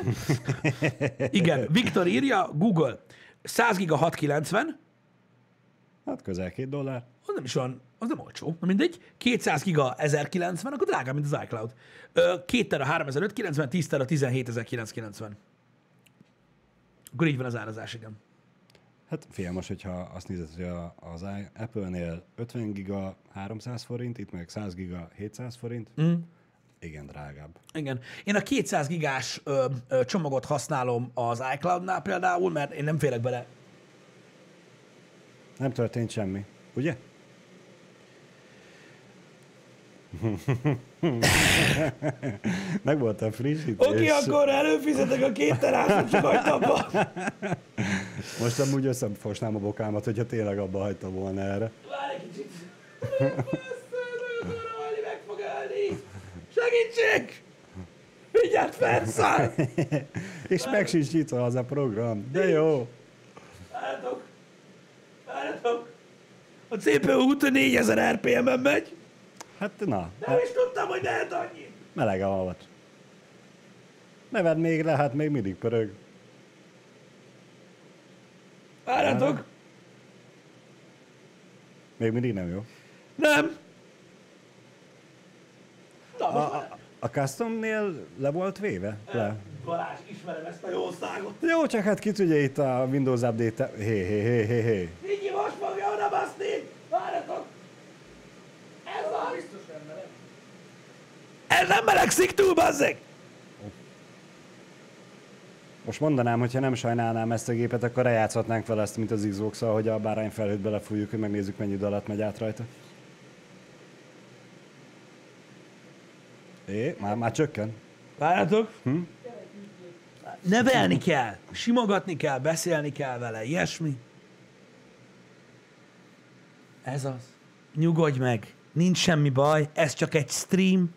Igen, Viktor írja, Google, száz giga hatszázkilencven, Hát közel két dollár. az nem is olyan, az nem olcsó, na mindegy. kétszáz giga ezerkilencven, akkor drágább, mint az iCloud. két tera háromezer-ötszázkilencven, tíz tera tizenhétezer-kilencszázkilencven. Akkor így van az árazás, igen. Hát figyelj, most, hogyha azt nézed, hogy a, az i- Apple-nél ötven giga háromszáz forint, itt meg száz giga hétszáz forint, mm. igen, drágább. Igen. Én a kétszáz gigás ö, ö, csomagot használom az iCloud-nál például, mert én nem félek bele. Nem történt semmi, ugye? Meg volt a frissítés. Oké, okay, akkor előfizetek a két terásot, csak hagytam abba. Most amúgy összefosnám a bokámat, hogyha tényleg abba hagytam volna erre. Várj egy kicsit. Halni meg fog ölni. Segítség! Mindjárt felszáll! És meg sincs nyitva az a program. De jó. Várjatok! Várjatok! A cé pé u huszonnégyezer er pé em-en megy. Hát na, Nem is tudtam, hogy lehet annyi. meleg a havat. Ne vedd még le, hát még mindig pörög. Várjatok! Még mindig nem jó. Nem! Na, most A, a, a customnél le volt véve? Le. Balázs, ismerem ezt a jó szágot. Jó, csak hát ki tudja itt a Windows Update-te... Hé, hé, hé, hé, hé. Így most fogja oda baszni! Várjatok! Ez az! Biztos nem meleg. Ez nem melegszik túl, bazzeg! Most mondanám, hogyha nem sajnálnám ezt a gépet, akkor lejátszhatnánk vele ezt, mint az Xbox-szal, hogy a bárányfelhőt belefújjuk, hogy megnézzük, mennyi idő alatt megy át rajta. É, már, már csökken. Várjatok! Hm? Nevelni kell, simogatni kell, beszélni kell vele, ilyesmi. Ez az. Nyugodj meg, nincs semmi baj, ez csak egy stream.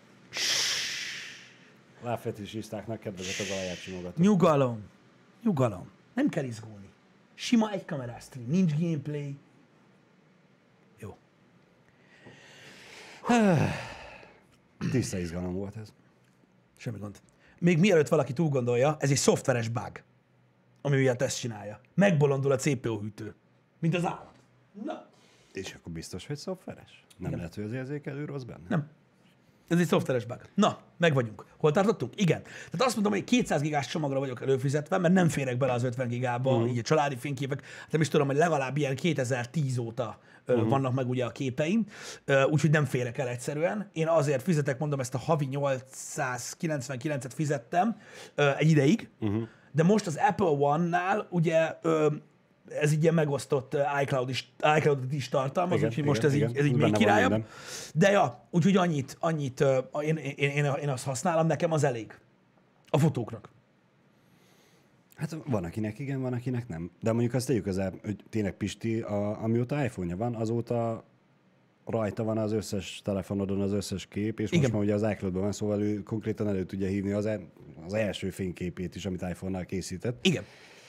Lábfetisistáknak kedvezett az alját simogatni. Nyugalom. Nyugalom. Nem kell izgulni. Sima egy kamerás stream, nincs gameplay. Jó. Tiszta izgalom volt ez. Semmi gond. Még mielőtt valaki túl gondolja, ez egy szoftveres bug, ami miatt ezt csinálja. Megbolondul a cé pé u hűtő. Mint az állat. Na. És akkor biztos, hogy szoftveres? Nem lehet, hogy az érzékelő rossz benne? Nem. Ez egy szoftveres bug. Na, meg vagyunk. Hol tartottunk? Igen. Tehát azt mondom, hogy kétszáz gigás csomagra vagyok előfizetve, mert nem férek bele az ötven gigába, uh-huh. így a családi fényképek. Hát nem is tudom, hogy legalább ilyen kétezer-tíz óta uh-huh. vannak meg ugye a képeim, úgyhogy nem férek el egyszerűen. Én azért fizetek, mondom, ezt a havi nyolcszázkilencvenkilencet fizettem egy ideig, uh-huh. de most az Apple One-nál ugye ez így ilyen megosztott iCloud is, iCloud-ot is tartalmaz, úgyhogy most ez igen. így, ez így még királyabb. De ja, úgyhogy annyit, annyit uh, én, én, én, én azt használom, nekem az elég. A fotóknak. Hát van, akinek igen, van, akinek nem. De mondjuk azt tegyük közel, hogy tényleg Pisti, a, amióta iPhone-ja van, azóta rajta van az összes telefonodon az összes kép, és Igen. most már ugye az iCloud-ban van, szóval ő konkrétan elő tudja hívni az, e- az első fényképét is, amit iPhone-nal készített. Igen.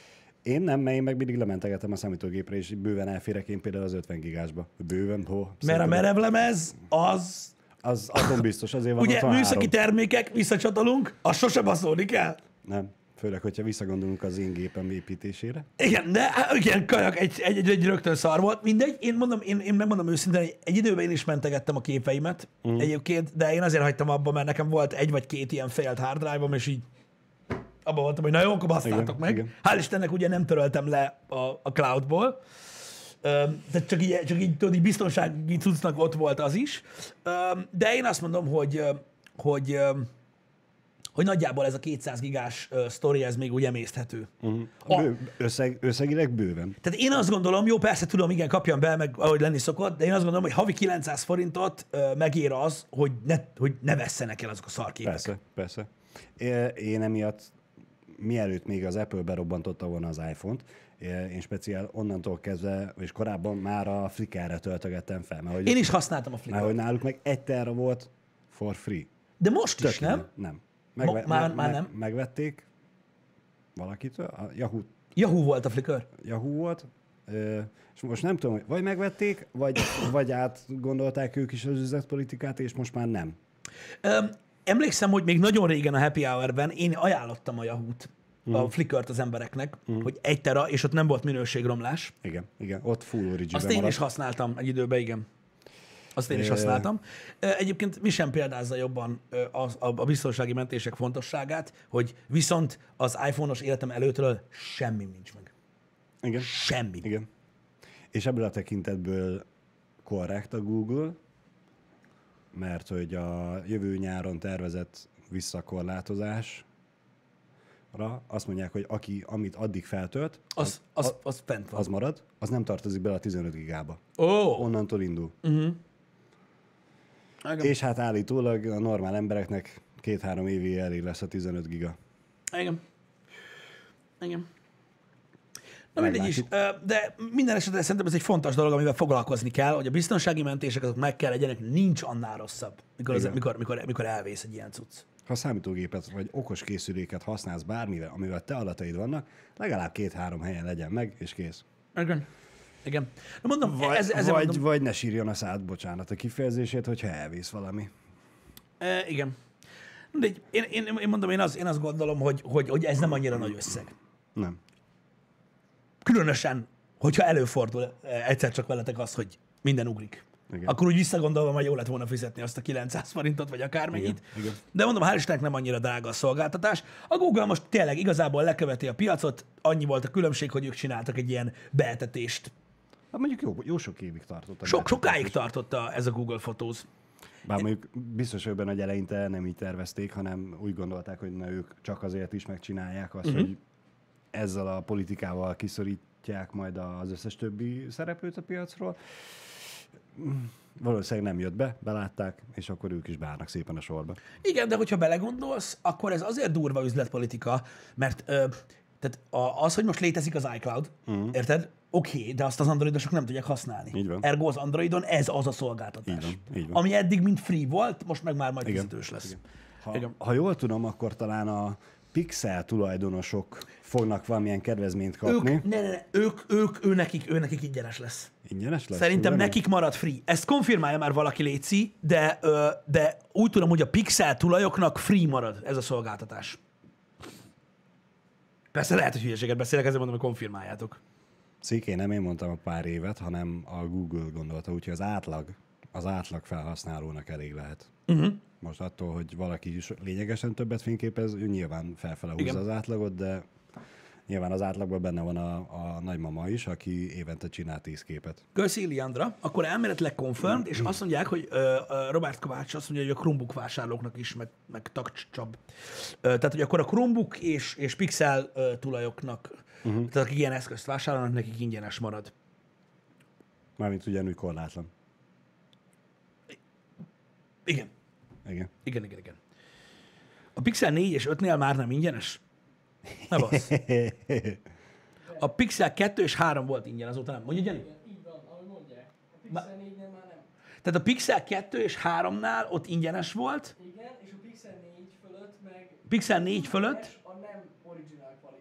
Én nem, mert én meg mindig lementegetem a számítógépre, és bőven elférek én például az ötven gigásba. Bőven, ho. Mert a Szerintem merevlemez, az... Az atombiztos, azért van Ugye hatvanhárom. műszaki termékek, visszacsatolunk, az sose baszolni kell. Nem. Főleg, hogyha visszagondolunk az én gépem építésére. Igen, de hát, igen, kajak, egy, egy, egy, egy rögtön szar volt. Mindegy, én mondom, én, én megmondom őszintén, hogy egy időben én is mentegettem a képeimet mm. egyébként, de én azért hagytam abba, mert nekem volt egy vagy két ilyen failed hard drive-om, és így abban voltam, hogy na jó, akkor basztátok Igen, meg. igen. Hál' Istennek ugye nem töröltem le a, a cloudból, Öm, tehát csak így, csak így, tudod, így biztonsági cuccnak ott volt az is. Öm, de én azt mondom, hogy, öm, hogy, öm, hogy nagyjából ez a kétszáz gigás uh, sztori, ez még úgy emészthető. Uh-huh. A- Bő, összeg, összegileg bőven. Tehát én azt gondolom, jó, persze tudom, igen, kapjam be, meg ahogy lenni szokott, de én azt gondolom, hogy havi kilencszáz forintot uh, megér az, hogy ne, hogy ne vesszenek el azok a szarképek. Persze, persze. É- Én emiatt, mielőtt még az Apple berobbantotta volna az iPhone-t, é- én speciál onnantól kezdve, és korábban már a Flickrre töltögettem fel. Mert hogy, Én is használtam a mert Flickr. hogy náluk meg egy terra volt for free. De most is, Tök nem? jó. Nem. Megve- Ma- már- me- már me- nem? Megvették valakitől, a Yahoo, Yahoo volt a Flickr. Yahoo volt, ö, és most nem tudom, hogy vagy megvették, vagy, vagy átgondolták ők is az üzletpolitikát, és most már nem. Öm, emlékszem, hogy még nagyon régen a Happy Hour-ben én ajánlottam a Yahoo-t, Mm. a Flickr-t az embereknek, hogy egy tera, és ott nem volt minőségromlás. Igen, igen, ott full origin Azt én is használtam egy időben, igen. Azt én is Ö, használtam. Ö, Egyébként mi sem példázza jobban ö, az, a, a biztonsági mentések fontosságát, hogy viszont az iPhone-os életem előttől semmi nincs meg. Igen, Semmi. igen. És ebből a tekintetből korrekt a Google, mert hogy a jövő nyáron tervezett visszakorlátozásra azt mondják, hogy aki, amit addig feltölt, Az, az, az fent van. az marad, az nem tartozik bele a tizenöt gigába. Ó, oh. Onnantól indul. uh-huh. És hát állítólag a normál embereknek két-három évig elég lesz a tizenöt giga. Igen. Igen. Na mindegy is, Ö, de minden esetre szerintem ez egy fontos dolog, amivel foglalkozni kell, hogy a biztonsági mentések azok meg kell legyenek, nincs annál rosszabb, mikor, az, Igen. mikor, mikor, mikor elvész egy ilyen cucc. Ha számítógépet vagy okos készüléket használsz bármivel, amivel te adataid vannak, legalább két-három helyen legyen meg, és kész. Igen. Igen. Na mondom, Vagy, ez, ezzel vagy, mondom, vagy ne sírjon a szád, bocsánat a kifejezését, hogyha elvész valami. e, igen. De én, én, én mondom, én, az, én azt gondolom, hogy, hogy, hogy ez nem annyira nagy összeg. Nem. Különösen, hogyha előfordul e, egyszer csak veletek az, hogy minden ugrik. Igen. Akkor úgy visszagondolva, hogy jó lett volna fizetni azt a kilencszáz forintot, vagy akármennyit. Igen, igen. De mondom, hál' Istennek nem annyira drága a szolgáltatás. A Google most tényleg igazából leköveti a piacot, annyi volt a különbség, hogy ők csináltak egy ilyen beetetést. Hát mondjuk jó, jó sok évig tartott. a Sok, betetés. sokáig tartotta ez a Google Photos. Bár mondjuk biztos, hogy benne, hogy eleinte nem így tervezték, hanem úgy gondolták, hogy na, ők csak azért is megcsinálják azt, uh-huh. hogy ezzel a politikával kiszorítják majd az összes többi szereplőt a piacról. Valószínűleg nem jött be, belátták, és akkor ők is beállnak szépen a sorba. Igen, de hogyha belegondolsz, akkor ez azért durva üzletpolitika, mert ö, tehát a, az, hogy most létezik az iCloud, uh-huh. érted? Oké, okay, de azt az androidosok nem tudják használni. Így van. Ergo az Androidon ez az a szolgáltatás. Így van, így van. Ami eddig mind free volt, most meg már majd Igen. fizetős lesz. Igen. Ha, Igen. ha jól tudom, akkor talán a Pixel tulajdonosok fognak valamilyen kedvezményt kapni. Ők, ne, ne, ne, ők, ők, ő nekik, ő nekik ingyenes lesz. Ingyenes lesz? Szerintem Ugye? nekik marad free. Ezt konfirmálja már valaki, léci, de, ö, de úgy tudom, hogy a Pixel tulajoknak free marad ez a szolgáltatás. Persze lehet, hogy hülyeséget beszélek, ezért mondom, hogy konfirmáljátok. Ciké, nem én mondtam a pár évet, hanem a Google gondolta, úgyhogy az átlag, az átlag felhasználónak elég lehet. Uh-huh. Most attól, hogy valaki is lényegesen többet fényképez, ő nyilván felfele húzza Igen. az átlagot, de nyilván az átlagban benne van a, a nagymama is, aki évente csinál tíz képet. Köszi, Liandra. Akkor elméletileg confirmed, és azt mondják, hogy ö, ö, Robert Kovács azt mondja, hogy a Chromebook vásárlóknak is, meg, meg takcsab. Tehát, hogy akkor a Chromebook és, és Pixel ö, tulajoknak, uh-huh. tehát akik ilyen eszközt vásárolnak, nekik ingyenes marad. Mármint ugyanúgy korlátlan. Igen. Igen. Igen, igen, igen. A Pixel négy és ötnél már nem ingyenes? Ne bassz. A Pixel kettő és három volt ingyen, azóta nem. Mondja, Jenny? Igen, így van, ahogy mondják. A Pixel négynél már nem. Tehát a Pixel kettő és háromnál ott ingyenes volt, Igen, és a Pixel négy fölött meg Pixel négy fölött, a nem original quality.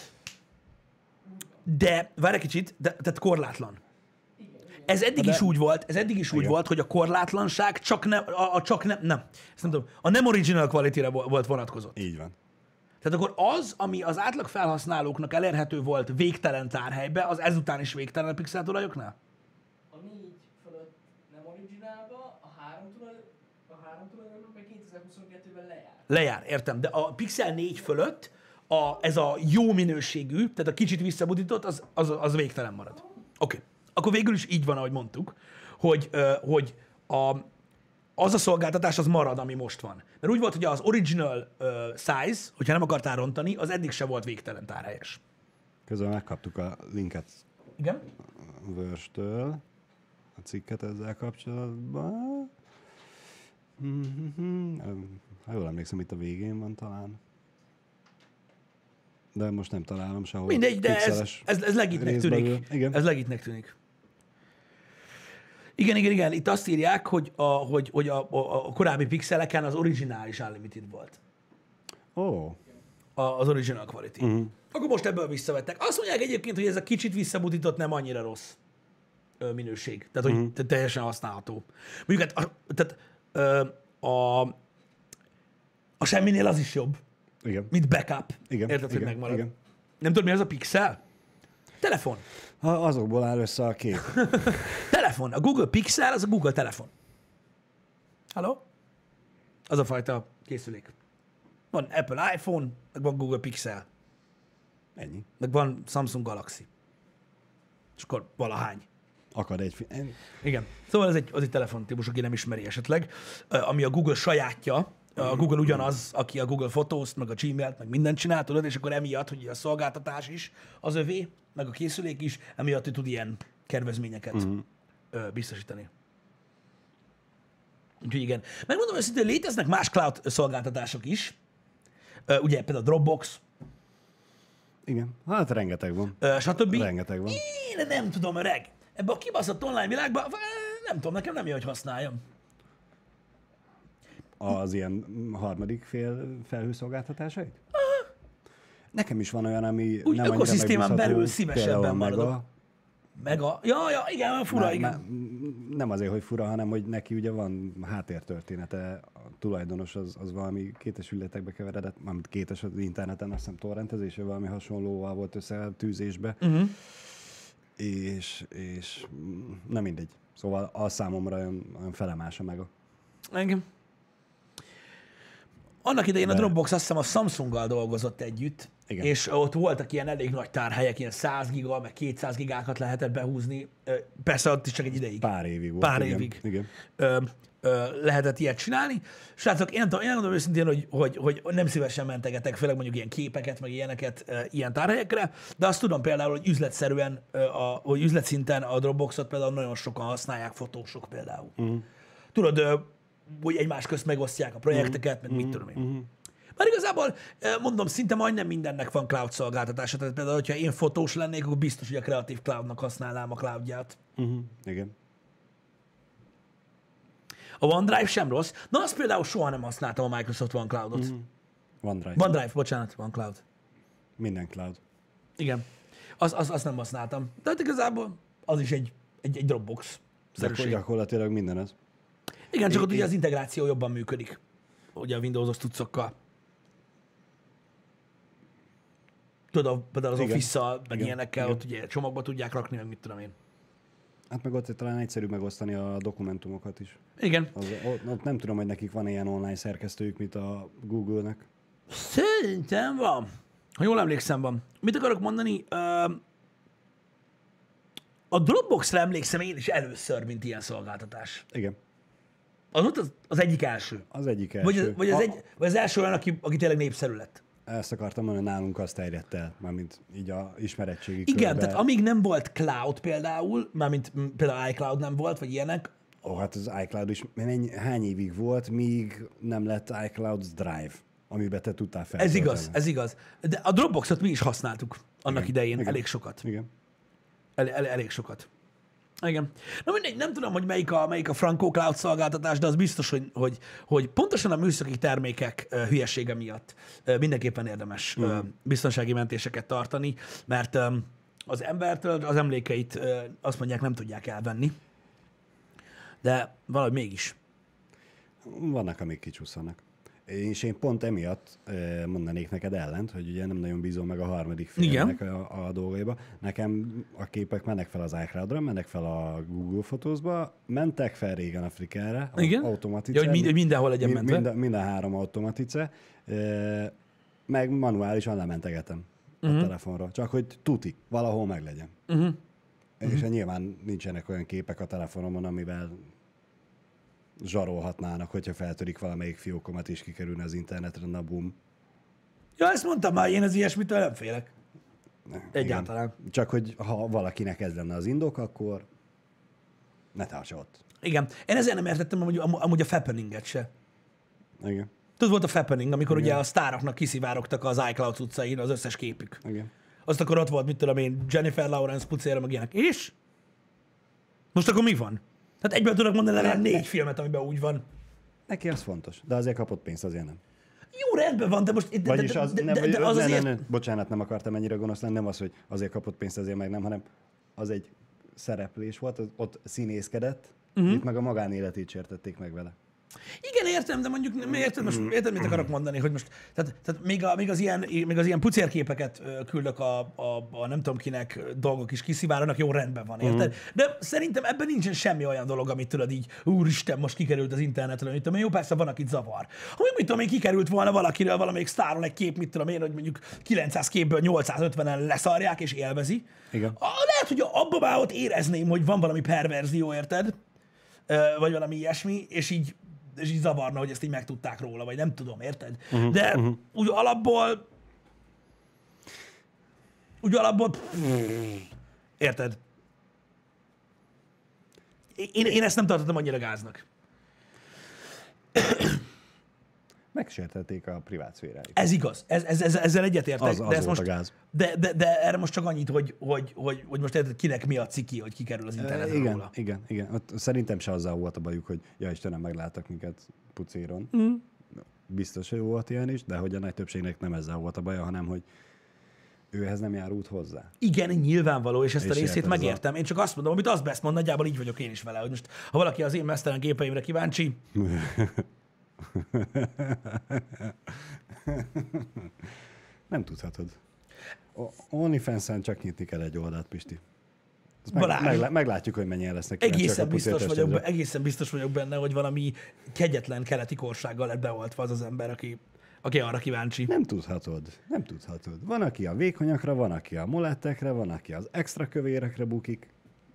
de, várj egy kicsit, de, tehát korlátlan. Igen, igen. Ez eddig De- is úgy volt, ez eddig is úgy Igen. volt, hogy a korlátlanság csak nem, a, a csak nem, nem, ezt nem tudom, a nem original quality-re vo- volt vonatkozott. Így van. Tehát akkor az, ami az átlag felhasználóknak elérhető volt végtelen tárhelybe, az ezután is végtelen a pixel tulajoknál? A négy fölött nem originálba, a három tulaj, a három tulajdonos meg kétezer-huszonkettőben lejár. Lejár, értem, de a Pixel négy fölött a, ez a jó minőségű, tehát a kicsit visszabutított, az, az, az végtelen marad. Oké. Okay. Akkor végül is így van, ahogy mondtuk, hogy, ö, hogy a, az a szolgáltatás az marad, ami most van. Mert úgy volt, hogy az original ö, size, hogyha nem akartál rontani, az eddig se volt végtelen tárhelyes. Közben megkaptuk a linket Igen? Verse-től, a cikket ezzel kapcsolatban. Mhm. Ha jól emlékszem, itt a végén van talán. De most nem találom sehol. Mindegy, de ez, Pixeles ez, ez legitnek részbelül. tűnik. Igen. Ez legitnek tűnik. Igen, igen, igen. Itt azt írják, hogy a, hogy, hogy a, a, a korábbi pixeleken az originális unlimited volt. Ó, oh. A, az original quality. Uh-huh. Akkor most ebből visszavettek. Azt mondják egyébként, hogy ez a kicsit visszabutított nem annyira rossz ö, minőség. Tehát, hogy uh-huh. teljesen használható. Mondjuk, hát, a, tehát ö, a, a semminél az is jobb, Igen. mint backup. Igen, Érted, hogy igen, megmarad. igen. Nem tudod, mi az a pixel? Telefon. Ha azokból áll össze a kép. Telefon. A Google Pixel az a Google telefon. Halló? Az a fajta készülék. Van Apple iPhone, meg van Google Pixel, Ennyi. meg van Samsung Galaxy. És akkor valahány. Akad egy... Fi- Igen. Szóval ez egy, az egy telefontípus, aki nem ismeri esetleg, Ö, ami a Google sajátja. A Google ugyanaz, aki a Google Photos-t, meg a Gmail-t, meg mindent csinál, tudod, és akkor emiatt, hogy a szolgáltatás is az övé, meg a készülék is, emiatt hogy tud ilyen kedvezményeket uh-huh. ö, biztosítani. Úgyhogy igen. Megmondom őszintén, léteznek más cloud szolgáltatások is. Ö, ugye például a Dropbox, Igen. Hát rengeteg van. ö, stb. Rengeteg van. Én nem tudom, öreg. Ebben a kibaszott online világban, nem tudom, nekem nem jó, hogy használjam. Az ilyen harmadik fél felhőszolgáltatásait? Nekem is van olyan, ami Úgy nem annyira ökoszisztémán megbízható, belül szívesebben például a maradok. Mega. Meg a... Ja, ja, igen, olyan fura, Már- igen. már nem azért, hogy fura, hanem hogy neki ugye van háttértörténete, a tulajdonos az, az valami kétes ületekbe keveredett, mármint kétes az interneten, azt hiszem torrentezése, valami hasonlóval volt összetűzésbe, Uh-huh. és, és mm, nem mindegy. Szóval az számomra olyan, olyan felemás a Mega. Engem. Annak idején a De- Dropbox azt hiszem a Samsunggal dolgozott együtt, Igen. és ott voltak ilyen elég nagy tárhelyek, ilyen száz giga, meg kétszáz gigákat lehetett behúzni. Ö, Persze ott is csak egy ideig. Pár évig volt. Pár igen. évig. Igen. Ö, ö, lehetett ilyet csinálni. Srácok, én, tudom- én mondom őszintén, hogy, hogy, hogy nem szívesen mentegetek, főleg mondjuk ilyen képeket, meg ilyeneket ö, ilyen tárhelyekre, de azt tudom például, hogy üzletszerűen, ö, a, hogy üzletszinten a Dropboxot például nagyon sokan használják, fotósok például. Uh-huh. Tudod, ö, hogy egymás közt megosztják a projekteket, uh-huh. meg mit tudom én. Uh-huh. Már igazából, ö, mondom, szinte majdnem mindennek van cloud szolgáltatása. Tehát például, hogyha én fotós lennék, akkor biztos, hogy a Creative Cloudnak használnám a cloudját. Uh-huh. Igen. A OneDrive sem rossz. Na, azt például soha nem használtam a Microsoft OneCloudot. Mm. OneDrive. OneDrive, bocsánat, OneCloud. Minden cloud. Igen. Azt az, az nem használtam. De hát igazából az is egy, egy, egy Dropbox Akkor szerűség. gyakorlatilag minden ez. Igen, csak Én- ott ugye az integráció jobban működik. Ugye a Windows-os cuccokkal. Tudod, például az Igen. Office-szal, meg Igen. ilyenekkel, Igen. ott ugye csomagba tudják rakni, meg mit tudom én. Hát meg ott talán egyszerű megosztani a dokumentumokat is. Igen. Az, ott, ott nem tudom, hogy nekik van ilyen online szerkesztőjük, mint a Google-nek. Szerintem van. Ha jól emlékszem, van. Mit akarok mondani? Ö, a Dropboxra emlékszem én is először, mint ilyen szolgáltatás. Igen. Az ott az, az egyik első. Az egyik első. Vagy, az- vagy, az A- egy, vagy az első olyan, aki, aki tényleg népszerű lett. Ezt akartam mondani, hogy nálunk az terjedt el, mármint így a ismeretségi Igen, körbe. tehát amíg nem volt cloud például, mármint m, például iCloud nem volt, vagy ilyenek, Ó, hát az iCloud is mennyi, hány évig volt, míg nem lett iCloud Drive, amiben te tudtál ez feltölteni. igaz, ez igaz. De a Dropboxot mi is használtuk annak Igen, idején, igen. elég sokat. Igen. El, el, elég sokat. Igen. Na mindegy, nem tudom, hogy melyik a, melyik a Franco Cloud szolgáltatás, de az biztos, hogy, hogy, hogy pontosan a műszaki termékek uh, hülyesége miatt uh, mindenképpen érdemes uh, biztonsági mentéseket tartani, mert um, az embertől az emlékeit uh, azt mondják, nem tudják elvenni, de valahogy mégis. Vannak, amik kicsúszanak. És én pont emiatt eh, mondanék neked ellent, hogy ugye nem nagyon bízom meg a harmadik félnek a, a dolgaiba. Nekem a képek mennek fel az iCloud-ra, mennek fel a Google Photos-ba, mentek fel régen a Flickrre, Igen? automatice. Ja, hogy mind, minden legyen mind, mentve. Mind, minden három automatice. Eh, meg manuálisan lementegetem uh-huh. a telefonra. Csak hogy tuti, valahol meglegyen. Uh-huh. És uh-huh. nyilván nincsenek olyan képek a telefonomon, amivel zsarolhatnának, hogyha feltörik valamelyik fiókomat és kikerülne az internetre, na bum. Ja, ezt mondtam már, én az ilyesmitől nem félek. Egyáltalán. Igen. Csak hogy ha valakinek ez lenne az indok, akkor ne tartsa ott. Igen. Én ezért nem értettem amúgy, amúgy a fappeninget se. Igen. Tudod, volt a fappening, amikor Igen. ugye a sztároknak kiszivárogtak az iCloud utcain az összes képük. Igen. Azt akkor ott volt, mit tudom én, Jennifer Lawrence pucéra, meg ilyenek. És? Most akkor mi van? Hát egyből tudok mondani legalább négy filmet, amiben úgy van. Neki az fontos, de azért kapott pénzt, azért nem. Jó, rendben van, de most... De, Vagyis de, az, de, nem, de, de az ne, azért... ne, ne, bocsánat, nem akartam ennyire gonosz lenni, nem az, hogy azért kapott pénzt, azért meg nem, hanem az egy szereplés volt, az, ott színészkedett, uh-huh. itt meg a magánéletét sértették meg vele. Igen, értem, de mondjuk nem érted, most érted, mit akarok mondani, hogy most, tehát, tehát még, a, még, az ilyen, még az ilyen pucérképeket ö, küldök a, a, a nem tudom kinek dolgok is kiszivárognak, jó, rendben van, érted? Mm. De szerintem ebben nincsen semmi olyan dolog, amit tudod így, úristen, most kikerült az internetre, mit tudom én, jó, persze van, akit zavar. Ha még mit tudom én, kikerült volna valakiről, valamelyik sztáron egy kép, mit tudom én, hogy mondjuk kilencszáz képből nyolcszázötvenen leszarják és élvezi. Igen. A, lehet, hogy abban már ott érezném, hogy van valami perverzió, érted? Ö, vagy valami ilyesmi, és így és így zavarna, hogy ezt így megtudták róla, vagy nem tudom, érted? Uh-huh, De uh-huh. úgy alapból... Úgy alapból... Érted? Én, én ezt nem tartottam annyira gáznak. Megsértették a privát szféráit. Ez igaz. Ez, ez, ez, ezzel egyetértek. Az, az de, ez volt most, a gáz. De, de, de erre most csak annyit, hogy, hogy, hogy, hogy most érted, kinek mi a ciki, hogy kikerül az internetre e, igen, róla. Igen, igen. Ott szerintem se azzal volt a bajuk, hogy ja Istenem, megláttak minket pucéron. Mm. Biztos, hogy volt ilyen is, de hogy a nagy többségnek nem ezzel volt a baja, hanem hogy ő ehhez nem járult hozzá. Igen, nyilvánvaló, és ezt És a részét érted, megértem. Én csak azt mondom, amit azt besz mond, nagyjából így vagyok én is vele, hogy most ha valaki az én mesztelen képeimre kíváncsi, nem tudhatod. OnlyFans-en csak nyitni kell egy oldalt, Pisti. Meg, Balázs, meg, meglátjuk, hogy mennyien lesznek. egészen biztos, vagyok, be- egészen biztos vagyok benne, hogy valami kegyetlen keleti korsággal lett beoltva az az ember, aki, aki arra kíváncsi. Nem tudhatod, nem tudhatod. Van, aki a vékonyakra, van, aki a molettekre, van, aki az extra kövérekre bukik.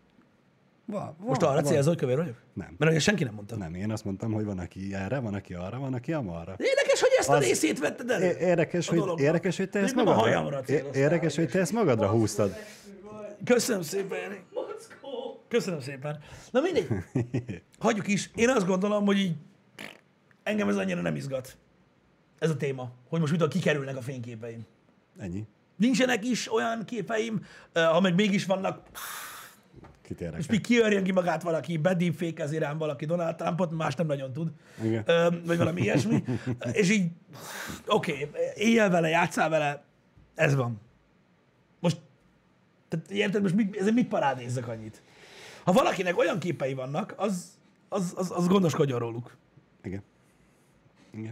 Va, va, Most arra va. célzol, hogy kövér vagyok? Nem. Mert ugye senki nem mondta. Nem, én azt mondtam, hogy van, aki erre, van, aki arra, van, aki amarra. Érdekes, hogy ezt a Az- részét vetted elő. É- Érdekes, a hogy, dologban. érdekes, hogy te ezt Még nem a magadra, hajamra é- céloztál, érdekes, hogy te ezt magadra húztad. Köszönöm szépen, Jani. Mackó! Köszönöm szépen. Na mindegy. Hagyjuk is. Én azt gondolom, hogy így engem ez annyira nem izgat. Ez a téma, hogy most mit kikerülnek a fényképeim. Ennyi. Nincsenek is olyan képeim, eh, ha meg mégis vannak, Kit érdekel. és még kiörjön ki magát valaki, bedeepfake-ezi rám valaki Donald Trumpot, más nem nagyon tud. Igen. Ö, vagy valami ilyesmi. És így, oké, okay, éljél vele, játsszál vele, ez van. Most, tehát érted, most mit, ezért mit parádézzak annyit? Ha valakinek olyan képei vannak, az, az, az, az gondoskodjon róluk. Igen. Igen.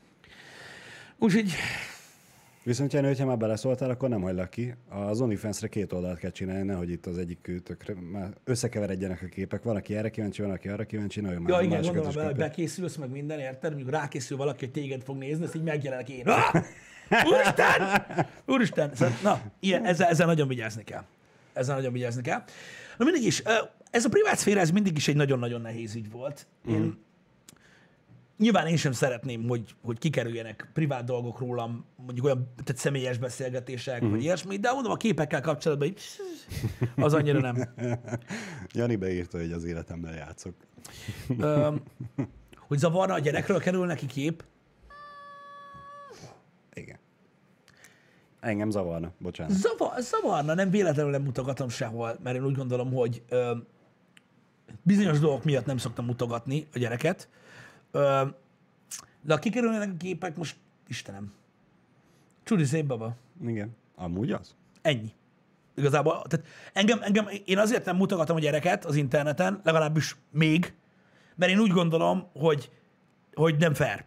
Úgyhogy, Viszont, Jenő, hogyha már beleszóltál, akkor nem hagylak ki. Az OnlyFans-re két oldalt kell csinálni, nehogy itt az egyik tökre, már összekeveredjenek a képek. Van, aki erre kíváncsi, van, aki arra kíváncsi, nagyon már ja a igen, másikat gondolom is vele, hogy kapja. bekészülsz meg minden, érted? Mondjuk rákészül valaki, hogy téged fog nézni, ezt így megjelenek én. Ah! Úristen! Úristen! Szóval, na, ilyen, ezzel, ezzel nagyon vigyázni kell. Ezzel nagyon vigyázni kell. Na mindig is, ez a privát szféra, ez mindig is egy nagyon-nagyon nehéz ügy volt. Én, mm. Nyilván én sem szeretném, hogy, hogy kikerüljenek privát dolgok rólam, mondjuk olyan tehát személyes beszélgetések, mm. vagy ilyesmi, de mondom, a képekkel kapcsolatban így, az annyira nem. Jani beírta, hogy az életemben játszok. Ö, hogy zavarna a gyerekről kerül neki kép? Igen. Engem zavarna, bocsánat. Zavar, zavarna, nem véletlenül nem mutogatom sehol, mert én úgy gondolom, hogy ö, bizonyos dolgok miatt nem szoktam mutogatni a gyereket, Ö, de ha kikerülnek a képek, most Istenem. Csudi szép baba. Igen. Amúgy az? Ennyi. Igazából, tehát engem, engem, én azért nem mutogatom a gyereket az interneten, legalábbis még, mert én úgy gondolom, hogy, hogy nem fair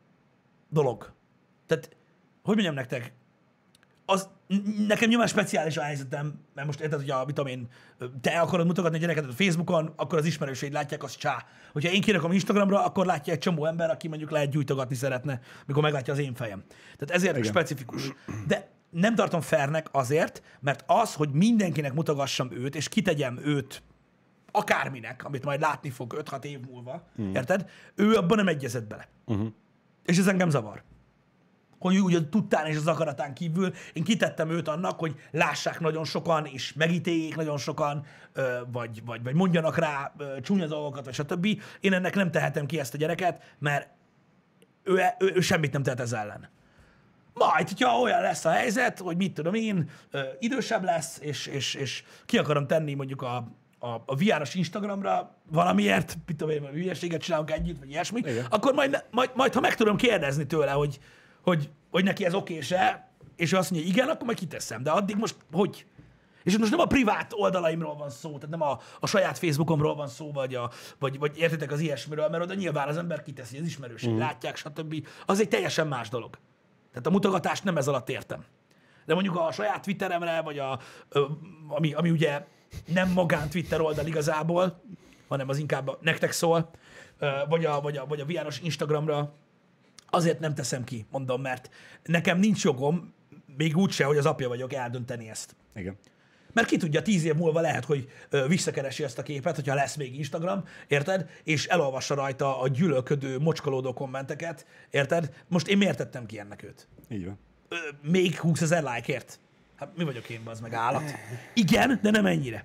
dolog. Tehát, hogy mondjam nektek, az, nekem nyilván speciális a helyzetem, mert most érted, hogy a, mit tudom én, te akarod mutogatni a gyereket a Facebookon, akkor az ismerőseid látják, az csá. Hogyha én kirakom Instagramra, akkor látja egy csomó ember, aki mondjuk lehet gyújtogatni szeretne, mikor meglátja az én fejem. Tehát ezért Igen. specifikus. De nem tartom fairnek azért, mert az, hogy mindenkinek mutogassam őt, és kitegyem őt akárminek, amit majd látni fog öt-hat év múlva, uh-huh. érted? Ő abban nem egyezett bele. Uh-huh. És ez engem zavar. Hogy úgy a tudtán és az akaratán kívül én kitettem őt annak, hogy lássák nagyon sokan, és megítéljék nagyon sokan, vagy, vagy, vagy mondjanak rá csúnya dolgokat, vagy stb. Én ennek nem tehetem ki ezt a gyereket, mert ő, ő, ő semmit nem tehet ez ellen. Majd, hogyha olyan lesz a helyzet, hogy mit tudom én, idősebb lesz, és, és, és ki akarom tenni mondjuk a, a, a vé er-os Instagramra valamiért, mit tudom én, hülyeséget csinálunk együtt, vagy ilyesmi, Igen. akkor majd, majd, majd, ha meg tudom kérdezni tőle, hogy, hogy, hogy neki ez oké-e, és ő azt mondja, igen, akkor majd kiteszem. De addig most hogy? És most nem a privát oldalaimról van szó, tehát nem a, a saját Facebookomról van szó, vagy, a, vagy, vagy értitek az ilyesmiről, mert oda nyilván az ember kiteszi, az ismerőség, mm. látják, stb. Az egy teljesen más dolog. Tehát a mutogatást nem ez alatt értem. De mondjuk a saját Twitteremre, vagy a, ami, ami ugye nem magán Twitter oldal igazából, hanem az inkább a, nektek szól, vagy a, vagy a, vagy a vé er-os Instagramra, azért nem teszem ki, mondom, mert nekem nincs jogom, még úgyse, hogy az apja vagyok, eldönteni ezt. Igen. Mert ki tudja, tíz év múlva lehet, hogy visszakeresi ezt a képet, hogyha lesz még Instagram, érted? És elolvassa rajta a gyűlölködő, mocskolódó kommenteket, érted? Most én miért tettem ki ennek őt? Így van. Még húszezer lájkért? Hát mi vagyok én, az meg állat? Igen, de nem ennyire.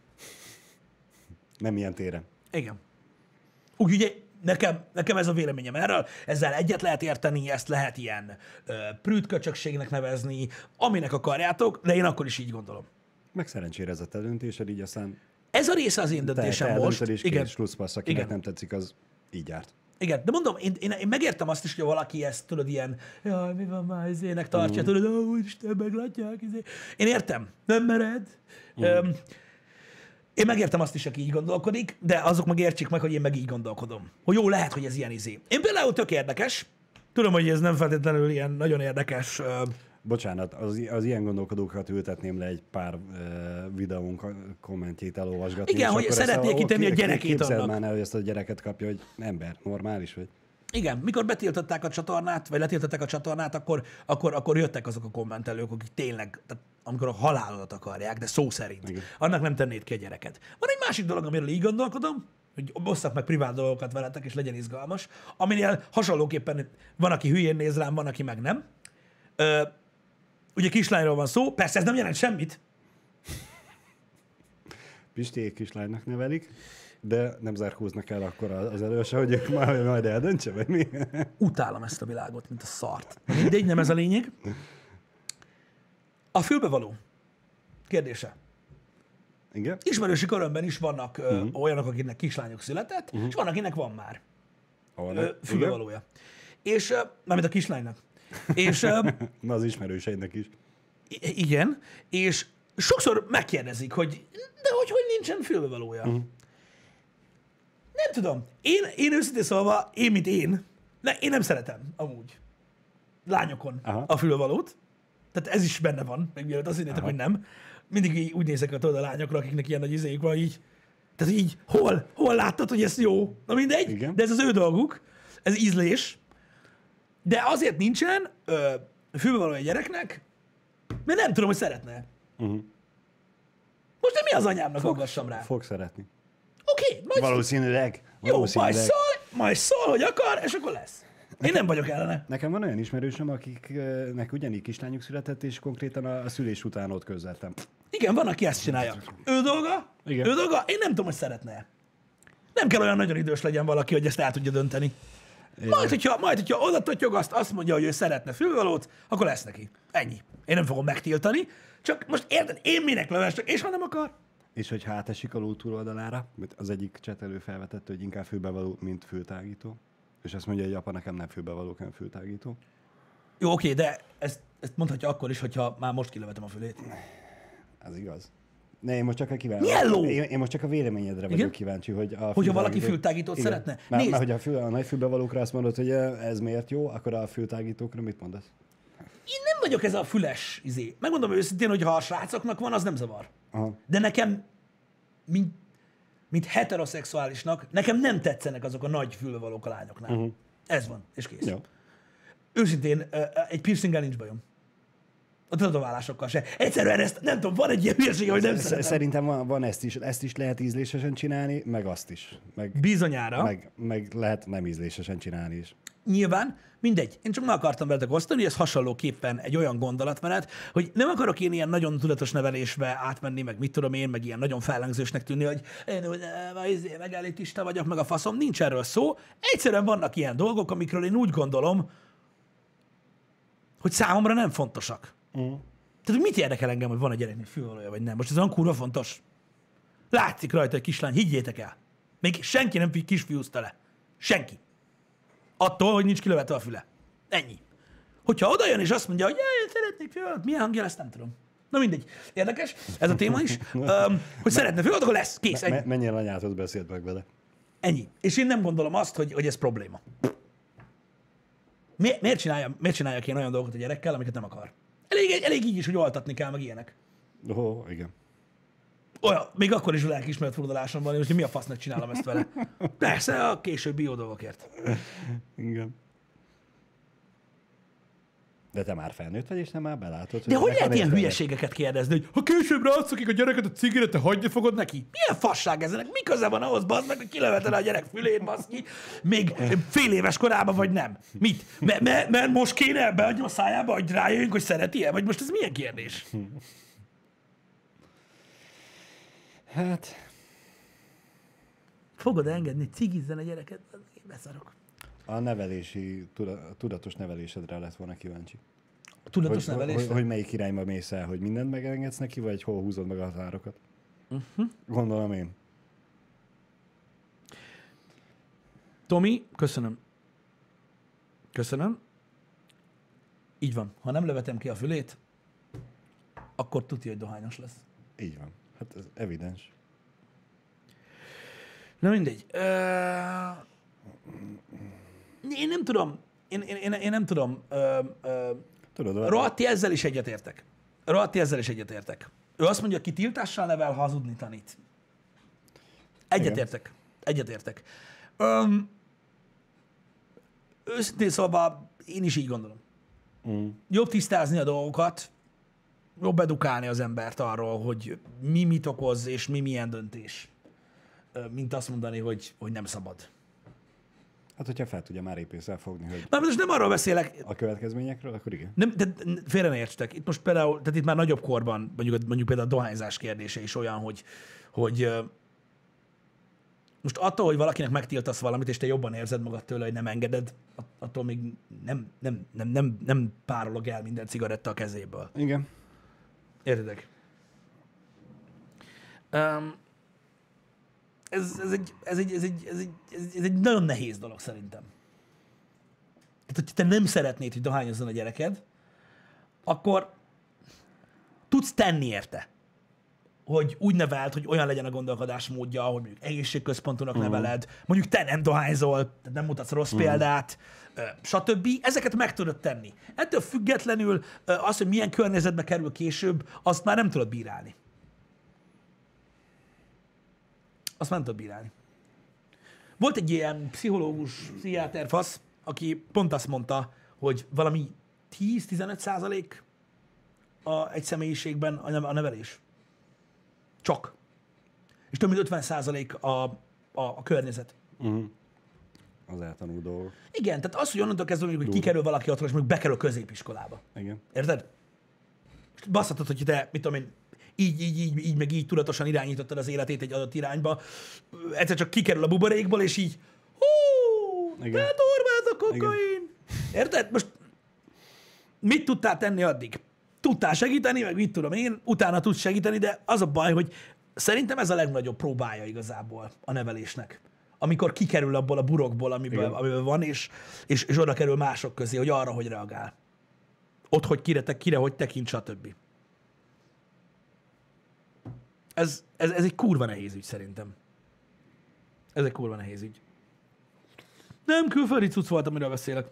Nem ilyen téren. Igen. Úgy ugye nekem, nekem ez a véleményem erről, ezzel egyet lehet érteni, ezt lehet ilyen ö, prűdköcsökségnek nevezni, aminek akarjátok, de én akkor is így gondolom. Meg szerencsére ez a te döntésed, így aztán... Ez a része az én döntésem te, te most. És Igen. plusz passz, akinek Igen. nem tetszik, az így járt. Igen, de mondom, én, én, én megértem azt is, hogy valaki ezt, tudod, ilyen, jaj, mi van már, izének tartja, mm. tudod, ó, Isten, meglátják, izé. Én értem, nem mered. Mm. Um, én megértem azt is, aki így gondolkodik, de azok meg értsék meg, hogy én meg így gondolkodom. Hogy jó, lehet, hogy ez ilyen izé. Én például tök érdekes, tudom, hogy ez nem feltétlenül ilyen nagyon érdekes... Uh, Bocsánat, az, az ilyen gondolkodókat ültetném le egy pár uh, videónk kommentjét elolvasgatni. Igen, hogy szeretnék kitenni a gyerekét annak. Képzeld már el, hogy ezt a gyereket kapja, hogy ember, normális vagy. Igen, mikor betiltották a csatornát, vagy letiltották a csatornát, akkor, akkor, akkor jöttek azok a kommentelők, akik tényleg, tehát amikor a halálodat akarják, de szó szerint. Igen. Annak nem tennéd ki a gyereket. Van egy másik dolog, amiről így gondolkodom, hogy osszak meg privát dolgokat veletek, és legyen izgalmas, aminél hasonlóképpen van, aki hülyén néz rám, van, aki meg nem. Ö, ugye kislányról van szó, persze ez nem jelent semmit. Pistélyék kislánynak nevelik, de nem zárkóznak el akkor az előse, hogy ők majd, majd eldöntse, vagy mi? Utálom ezt a világot, mint a szart. Mindegy, nem ez a lényeg. A fülbevaló kérdése. Igen? Ismerősi körömben is vannak uh-huh. ö, olyanok, akiknek kislányok született, uh-huh. és van, akinek van már ö, fülbevalója. És, ö, mármint a kislánynak. És, ö, Na az ismerőseidnek is. Igen, és sokszor megkérdezik, hogy de hogy, hogy nincsen fülbevalója? Uh-huh. Nem tudom. Én, én őszintén szólva, én, mint én, ne, én nem szeretem amúgy lányokon Aha. a fülbevalót. Tehát ez is benne van, még mielőtt azt hinnétek, hogy nem. Mindig így, úgy nézek a tudod a lányokra, akiknek ilyen nagy izék van, így. Tehát így, hol, hol láttad, hogy ez jó? Na mindegy, Igen. de ez az ő dolguk, ez ízlés. De azért nincsen ö, fülbevaló egy gyereknek, mert nem tudom, hogy szeretne. Uh-huh. Most nem mi az anyámnak hallgassam rá? Fog szeretni. Oké, okay, majd... Valószínűleg. Jó, valószínűleg. majd szól, majd szól, hogy akar, és akkor lesz. Én nekem, nem vagyok ellene. Nekem van olyan ismerősöm, akiknek ugyanígy kislányuk született, és konkrétan a szülés után ott közöltem. Igen, van, aki ezt csinálja. Ő dolga, Igen. ő dolga, én nem tudom, hogy szeretne. Nem kell olyan nagyon idős legyen valaki, hogy ezt el tudja dönteni. Majd hogyha, majd, hogyha oda totyog azt, azt mondja, hogy ő szeretne fülbevalót, akkor lesz neki. Ennyi. Én nem fogom megtiltani, csak most érted, én minek lövessek, és ha nem akar, És hogy átesik a ló túloldalára, mert az egyik csetelő felvetette, hogy inkább fülbevaló, mint fültágító. És azt mondja, hogy apa, nekem nem fülbevaló, hanem fültágító. Jó, oké, de ezt, ezt mondhatja akkor is, hogyha már most kilövetem a fülét. Ez igaz. Ne, én most csak a kíváncsi. Milyen ló? Én, én most csak a véleményedre vagyok Igen? kíváncsi, hogy a Hogyha valaki fültágító- fültágítót Igen. szeretne? Mert, Nézd! mert hogy a, fül, a nagy fülbevalókra azt mondod, hogy ez miért jó, akkor a fültágítókra mit mondasz? Én nem vagyok ez a füles izé. Megmondom őszintén, hogy ha a srácoknak van, az nem zavar. Aha. De nekem, mint, mint heteroszexuálisnak, nekem nem tetszenek azok a nagy fülbevalók a lányoknál. Uh-huh. Ez van, és kész. Jó. Őszintén, ö, ö, egy piercinggel nincs bajom. A tetoválásokkal se. Egyszerűen ezt, nem tudom, van egy ilyen hülyeség, hogy nem Sz- szeretem. Szerintem van, van ezt is. Ezt is lehet ízlésesen csinálni, meg azt is. Meg, Bizonyára. meg, meg lehet nem ízlésesen csinálni is. Nyilván, mindegy. Én csak meg akartam veletek osztani, hogy ez hasonlóképpen egy olyan gondolatmenet, hogy nem akarok én ilyen nagyon tudatos nevelésbe átmenni, meg mit tudom én, meg ilyen nagyon fellengzősnek tűnni, hogy én úgy, eh, izé, meg elitista vagyok, meg a faszom. Nincs erről szó. Egyszerűen vannak ilyen dolgok, amikről én úgy gondolom, hogy számomra nem fontosak. Uh. Tehát, hogy mit érdekel engem, hogy van egy gyereknek fülvalója, vagy nem? Most ez olyan kurva fontos. Látszik rajta egy kislány, higgyétek el. Még senki nem kisfiúzta le. Senki. Attól, hogy nincs kilövetve a füle. Ennyi. Hogyha oda jön és azt mondja, hogy én szeretnék fülvalót, milyen hangja lesz, nem tudom. Na mindegy. Érdekes, ez a téma is. Um, hogy szeretne fülvalót, akkor lesz. Kész. Ennyi. Me- mennyien anyátod beszélt meg vele? Ennyi. És én nem gondolom azt, hogy, hogy ez probléma. Mi, miért, csinálja, miért csináljak én olyan dolgokat a gyerekkel, amiket nem akar? Elég, elég így is, hogy oltatni kell, meg ilyenek. Ó, oh, igen. Olyan, még akkor is a lelkiismeret furdalásom van, hogy mi a fasznak csinálom ezt vele. Persze, a későbbi jó dolgokért. Igen. De te már felnőtt vagy, és nem már belátod, De hogy ennek lehet van ilyen értelme? hülyeségeket kérdezni, hogy ha később ráadszakik a gyereket a cigire, te hagyni fogod neki? Milyen fasság ezenek? Mi köze van ahhoz, bazd meg, hogy kilöveted a gyerek fülét, baszki? Még fél éves korában, vagy nem? Mit? Mert me, me, most kéne beadjam a szájába, hogy rájöjjünk, hogy szereti-e? Vagy most ez milyen kérdés? Hát, Fogod engedni, hogy cigizzen a gyereket? Én beszarok. a nevelési, tuda- tudatos nevelésedre lett volna kíváncsi. A tudatos Hogy, nevelés? hogy, hogy melyik irányba mész el, hogy mindent megengedsz neki, vagy hol húzod meg a határokat. Uh-huh. Gondolom én. Tomi, köszönöm. Köszönöm. Így van. Ha nem lövetem ki a fülét, akkor tudja, hogy dohányos lesz. Így van. Hát ez evidens. Na mindegy. Ö... Én nem tudom. Én, én, én, én nem tudom. Ö, ö... Tudod, a- Rohatti ezzel is egyetértek. Rohatti ezzel is egyetértek. Ő azt mondja, ki tiltással nevel, hazudni tanít. Egyetértek. Egyetértek. Öm, őszintén szóval én is így gondolom. Mm. Jobb tisztázni a dolgokat, jobb edukálni az embert arról, hogy mi mit okoz, és mi milyen döntés, Ö, mint azt mondani, hogy, hogy nem szabad. Hát, hogyha fel tudja már épészel fogni, hogy Na, most nem arról beszélek, a következményekről, akkor igen. nem, de félre ne értsetek. Itt most például, tehát itt már nagyobb korban, mondjuk, mondjuk például a dohányzás kérdése is olyan, hogy, hogy ö, most attól, hogy valakinek megtiltasz valamit, és te jobban érzed magad tőle, hogy nem engeded, att- attól még nem, nem, nem, nem, nem párolog el minden cigaretta a kezéből. Igen. Értedek? Um, ez, ez, egy, ez, egy, ez, egy, ez, egy, ez egy nagyon nehéz dolog szerintem. Tehát, hogyha te nem szeretnéd, hogy dohányozzon a gyereked, akkor tudsz tenni érte, hogy úgy neveld, hogy olyan legyen a gondolkodásmódja, hogy mondjuk egészségközpontúnak uh-huh. neveled, mondjuk te nem dohányzol, tehát nem mutatsz rossz uh-huh. példát, ö, stb. Ezeket meg tudod tenni. Ettől függetlenül ö, az, hogy milyen környezetbe kerül később, azt már nem tudod bírálni. Azt már nem tudod bírálni. Volt egy ilyen pszichológus, pszichiáter fasz, aki pont azt mondta, hogy valami tíz-tizenöt százalék a, egy személyiségben a neve- a nevelés. Csak. És több mint ötven százalék a, a, a környezet. Uh-huh. Az eltanult dolgok. Igen, tehát az, hogy onnantól kezdve mondjuk, hogy kikerül valaki otthon, és mondjuk bekerül a középiskolába. Igen. Érted? Most basszhatod, hogy te, mit tudom én, így, így, így, így, meg így tudatosan irányítottad az életét egy adott irányba, egyszer csak kikerül a buborékból, és így, hú, de Igen. durva ez a kokain. Érted? Most mit tudtál tenni addig? Tudtál segíteni, meg mit tudom én, utána tudsz segíteni, de az a baj, hogy szerintem ez a legnagyobb próbája igazából a nevelésnek. Amikor kikerül abból a burokból, amiben, amiben van, és, és, és oda kerül mások közé, hogy arra, hogy reagál. Ott, hogy kire, te, kire hogy tekint, stb. Ez, ez, ez egy kurva nehéz ügy szerintem. Ez egy kurva nehéz ügy. Nem külföldi cucc volt, amiről beszélek.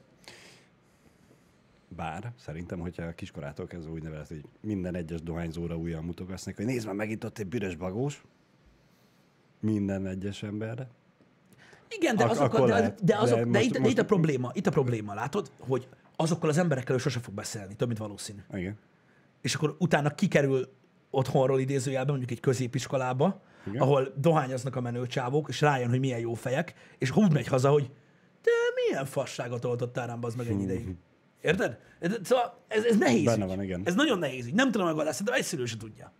Bár szerintem, hogyha a kiskorától kezdve úgy nevelsz, hogy minden egyes dohányzóra újra mutogatsz neki, hogy nézd már, megint ott egy büdös bagós. Minden egyes emberre. Igen, de, Ak- azok, akkor de, lehet. de, azok, De de, most- itt, de most- itt a probléma, itt a probléma, látod, hogy azokkal az emberekkel ő sose fog beszélni, több mint valószínű. Igen. És akkor utána kikerül otthonról idézőjelben, mondjuk egy középiskolába, Igen. ahol dohányoznak a menő csávók, és rájön, hogy milyen jó fejek, és úgy megy haza, hogy te milyen fasságot oltottál rám, az meg ennyi ideig. Érted? Szóval ez, ez nehéz Benne ügy. van, igen. Ez nagyon nehéz ügy. Nem tudom megoldást, szerintem egyszerűen se tudja.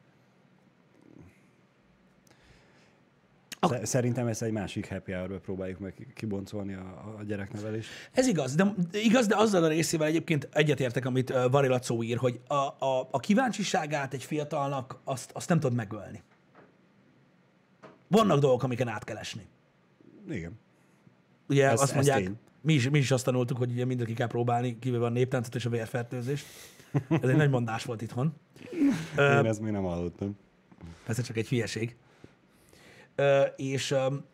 Sze- Szerintem ezt egy másik happy hour-be próbáljuk meg kiboncolni a, a gyereknevelést. Ez igaz, de, igaz, de azzal a részével egyébként egyetértek, amit uh, Vari Lacó ír, hogy a, a, a kíváncsiságát egy fiatalnak azt, azt nem tudod megölni. Vannak dolgok, amiken át kell esni. Igen. Ugye Ez- azt ez mondják, tény. mi is, mi is azt tanultuk, hogy ugye mindent ki kell próbálni, kivéve a néptáncot és a vérfertőzést. Ez egy nagy mondás volt itthon. Ö, Én ezt még nem hallottam. Persze csak egy hülyeség. Ö, és öm,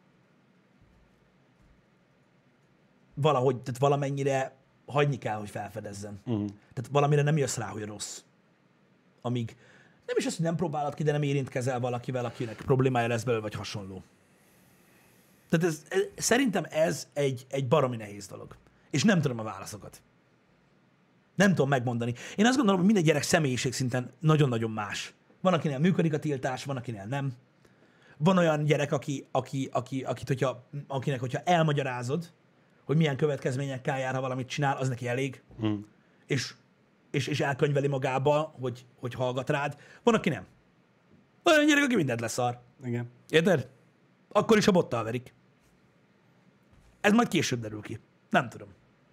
valahogy, tehát valamennyire hagyni kell, hogy felfedezzen. Uh-huh. Tehát valamire nem jössz rá, hogy rossz. Amíg nem is az, hogy nem próbálod ki, de nem érintkezel valakivel, akinek problémája lesz belőle, vagy hasonló. Tehát ez, ez, szerintem ez egy, egy baromi nehéz dolog. És nem tudom a válaszokat. Nem tudom megmondani. Én azt gondolom, hogy minden gyerek személyiség szinten nagyon-nagyon más. Van, akinél működik a tiltás, van, akinél nem. Van olyan gyerek, aki, aki, aki, akit, hogyha, akinek, hogyha elmagyarázod, hogy milyen következményekkel jár, ha valamit csinál, az neki elég. Uh-huh. És, és, és elkönyveli magába, hogy, hogy hallgat rád. Van, aki nem. Van olyan gyerek, aki mindent leszar. Igen. Érted? Akkor is, ha bottal verik. Ez majd később derül ki. Nem tudom.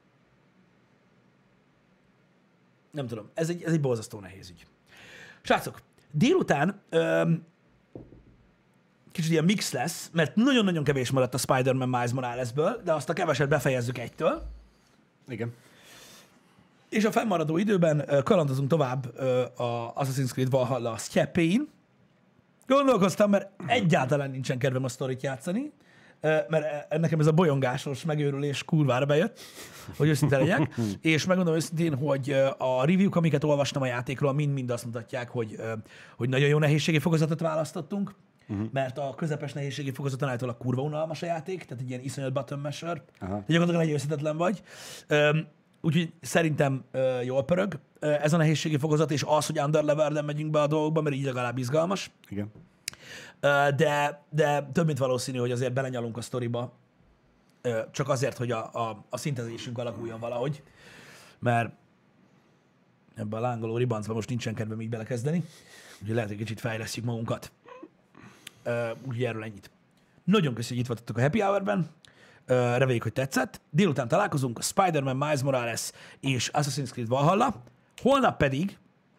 Nem tudom. Ez egy, ez egy borzasztó nehéz ügy. Srácok, délután öm, kicsit ilyen mix lesz, mert nagyon-nagyon kevés maradt a Spider-Man Miles Moralesből, de azt a keveset befejezzük egytől. Igen. És a fennmaradó időben ö, kalandozunk tovább ö, a Assassin's Creed Valhalla sztyeppéin. Gondolkoztam, mert egyáltalán nincsen kedvem a sztorit játszani, ö, mert nekem ez a bolyongásos megőrülés kurvára bejött, hogy őszinte legyek. És megmondom őszintén, hogy ö, a review-k, amiket olvastam a játékról, mind-mind azt mutatják, hogy, ö, hogy nagyon jó nehézségi fokozatot választottunk, uh-huh. mert a közepes nehézségi fokozaton állítólag kurva unalmas a játék, tehát egy ilyen iszonyat button masher, de gyakorlatilag egy összetetlen vagy. Ö, Úgyhogy szerintem ö, jól pörög ö, ez a nehézségi fokozat, és az, hogy underlevelden megyünk be a dolgokba, mert így legalább izgalmas. Igen. Ö, de, de több mint valószínű, hogy azért belenyalunk a sztoriba, ö, csak azért, hogy a, a, a szintezésünk alakuljon valahogy, mert ebben a lángoló ribancban most nincsen kedvem így belekezdeni, úgyhogy lehet, hogy kicsit fejlesztjük magunkat. Ö, úgyhogy erről ennyit. Nagyon köszönjük, hogy itt voltatok a Happy Hour-ben. Uh, reméljük, hogy tetszett. Délután találkozunk a Spider-Man, Miles Morales és Assassin's Creed Valhalla. Holnap pedig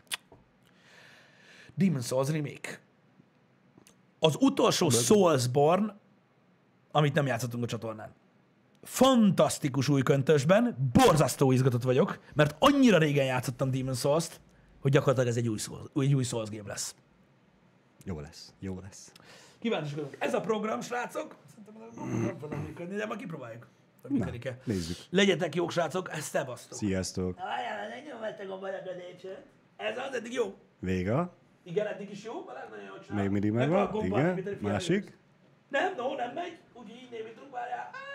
Demon's Souls Remake. Az utolsó Soulsborne, amit nem játszottunk a csatornán. Fantasztikus új köntösben, borzasztó izgatott vagyok, mert annyira régen játszottam Demon's Souls-t, hogy gyakorlatilag ez egy új Souls, egy új Souls game lesz. Jó lesz. Jó lesz. Kíváncsiak. Ez a program, srácok. Nem fognak működni, de ma kipróbáljuk. Hogy működik-e. Nézzük. Legyetek jók, srácok, ezt szevasztok. Sziasztok. Ajánlom, ne nyomadtak a baragadécsön. Ez az, eddig jó. Vége. Igen, eddig is jó, Balázs nagyon jól csinál. Még mindig Megvan a megvan. gomba, mint Igen. egy fiatal. Másik. Nem, no, nem megy. Úgyhogy így némítunk, várjál.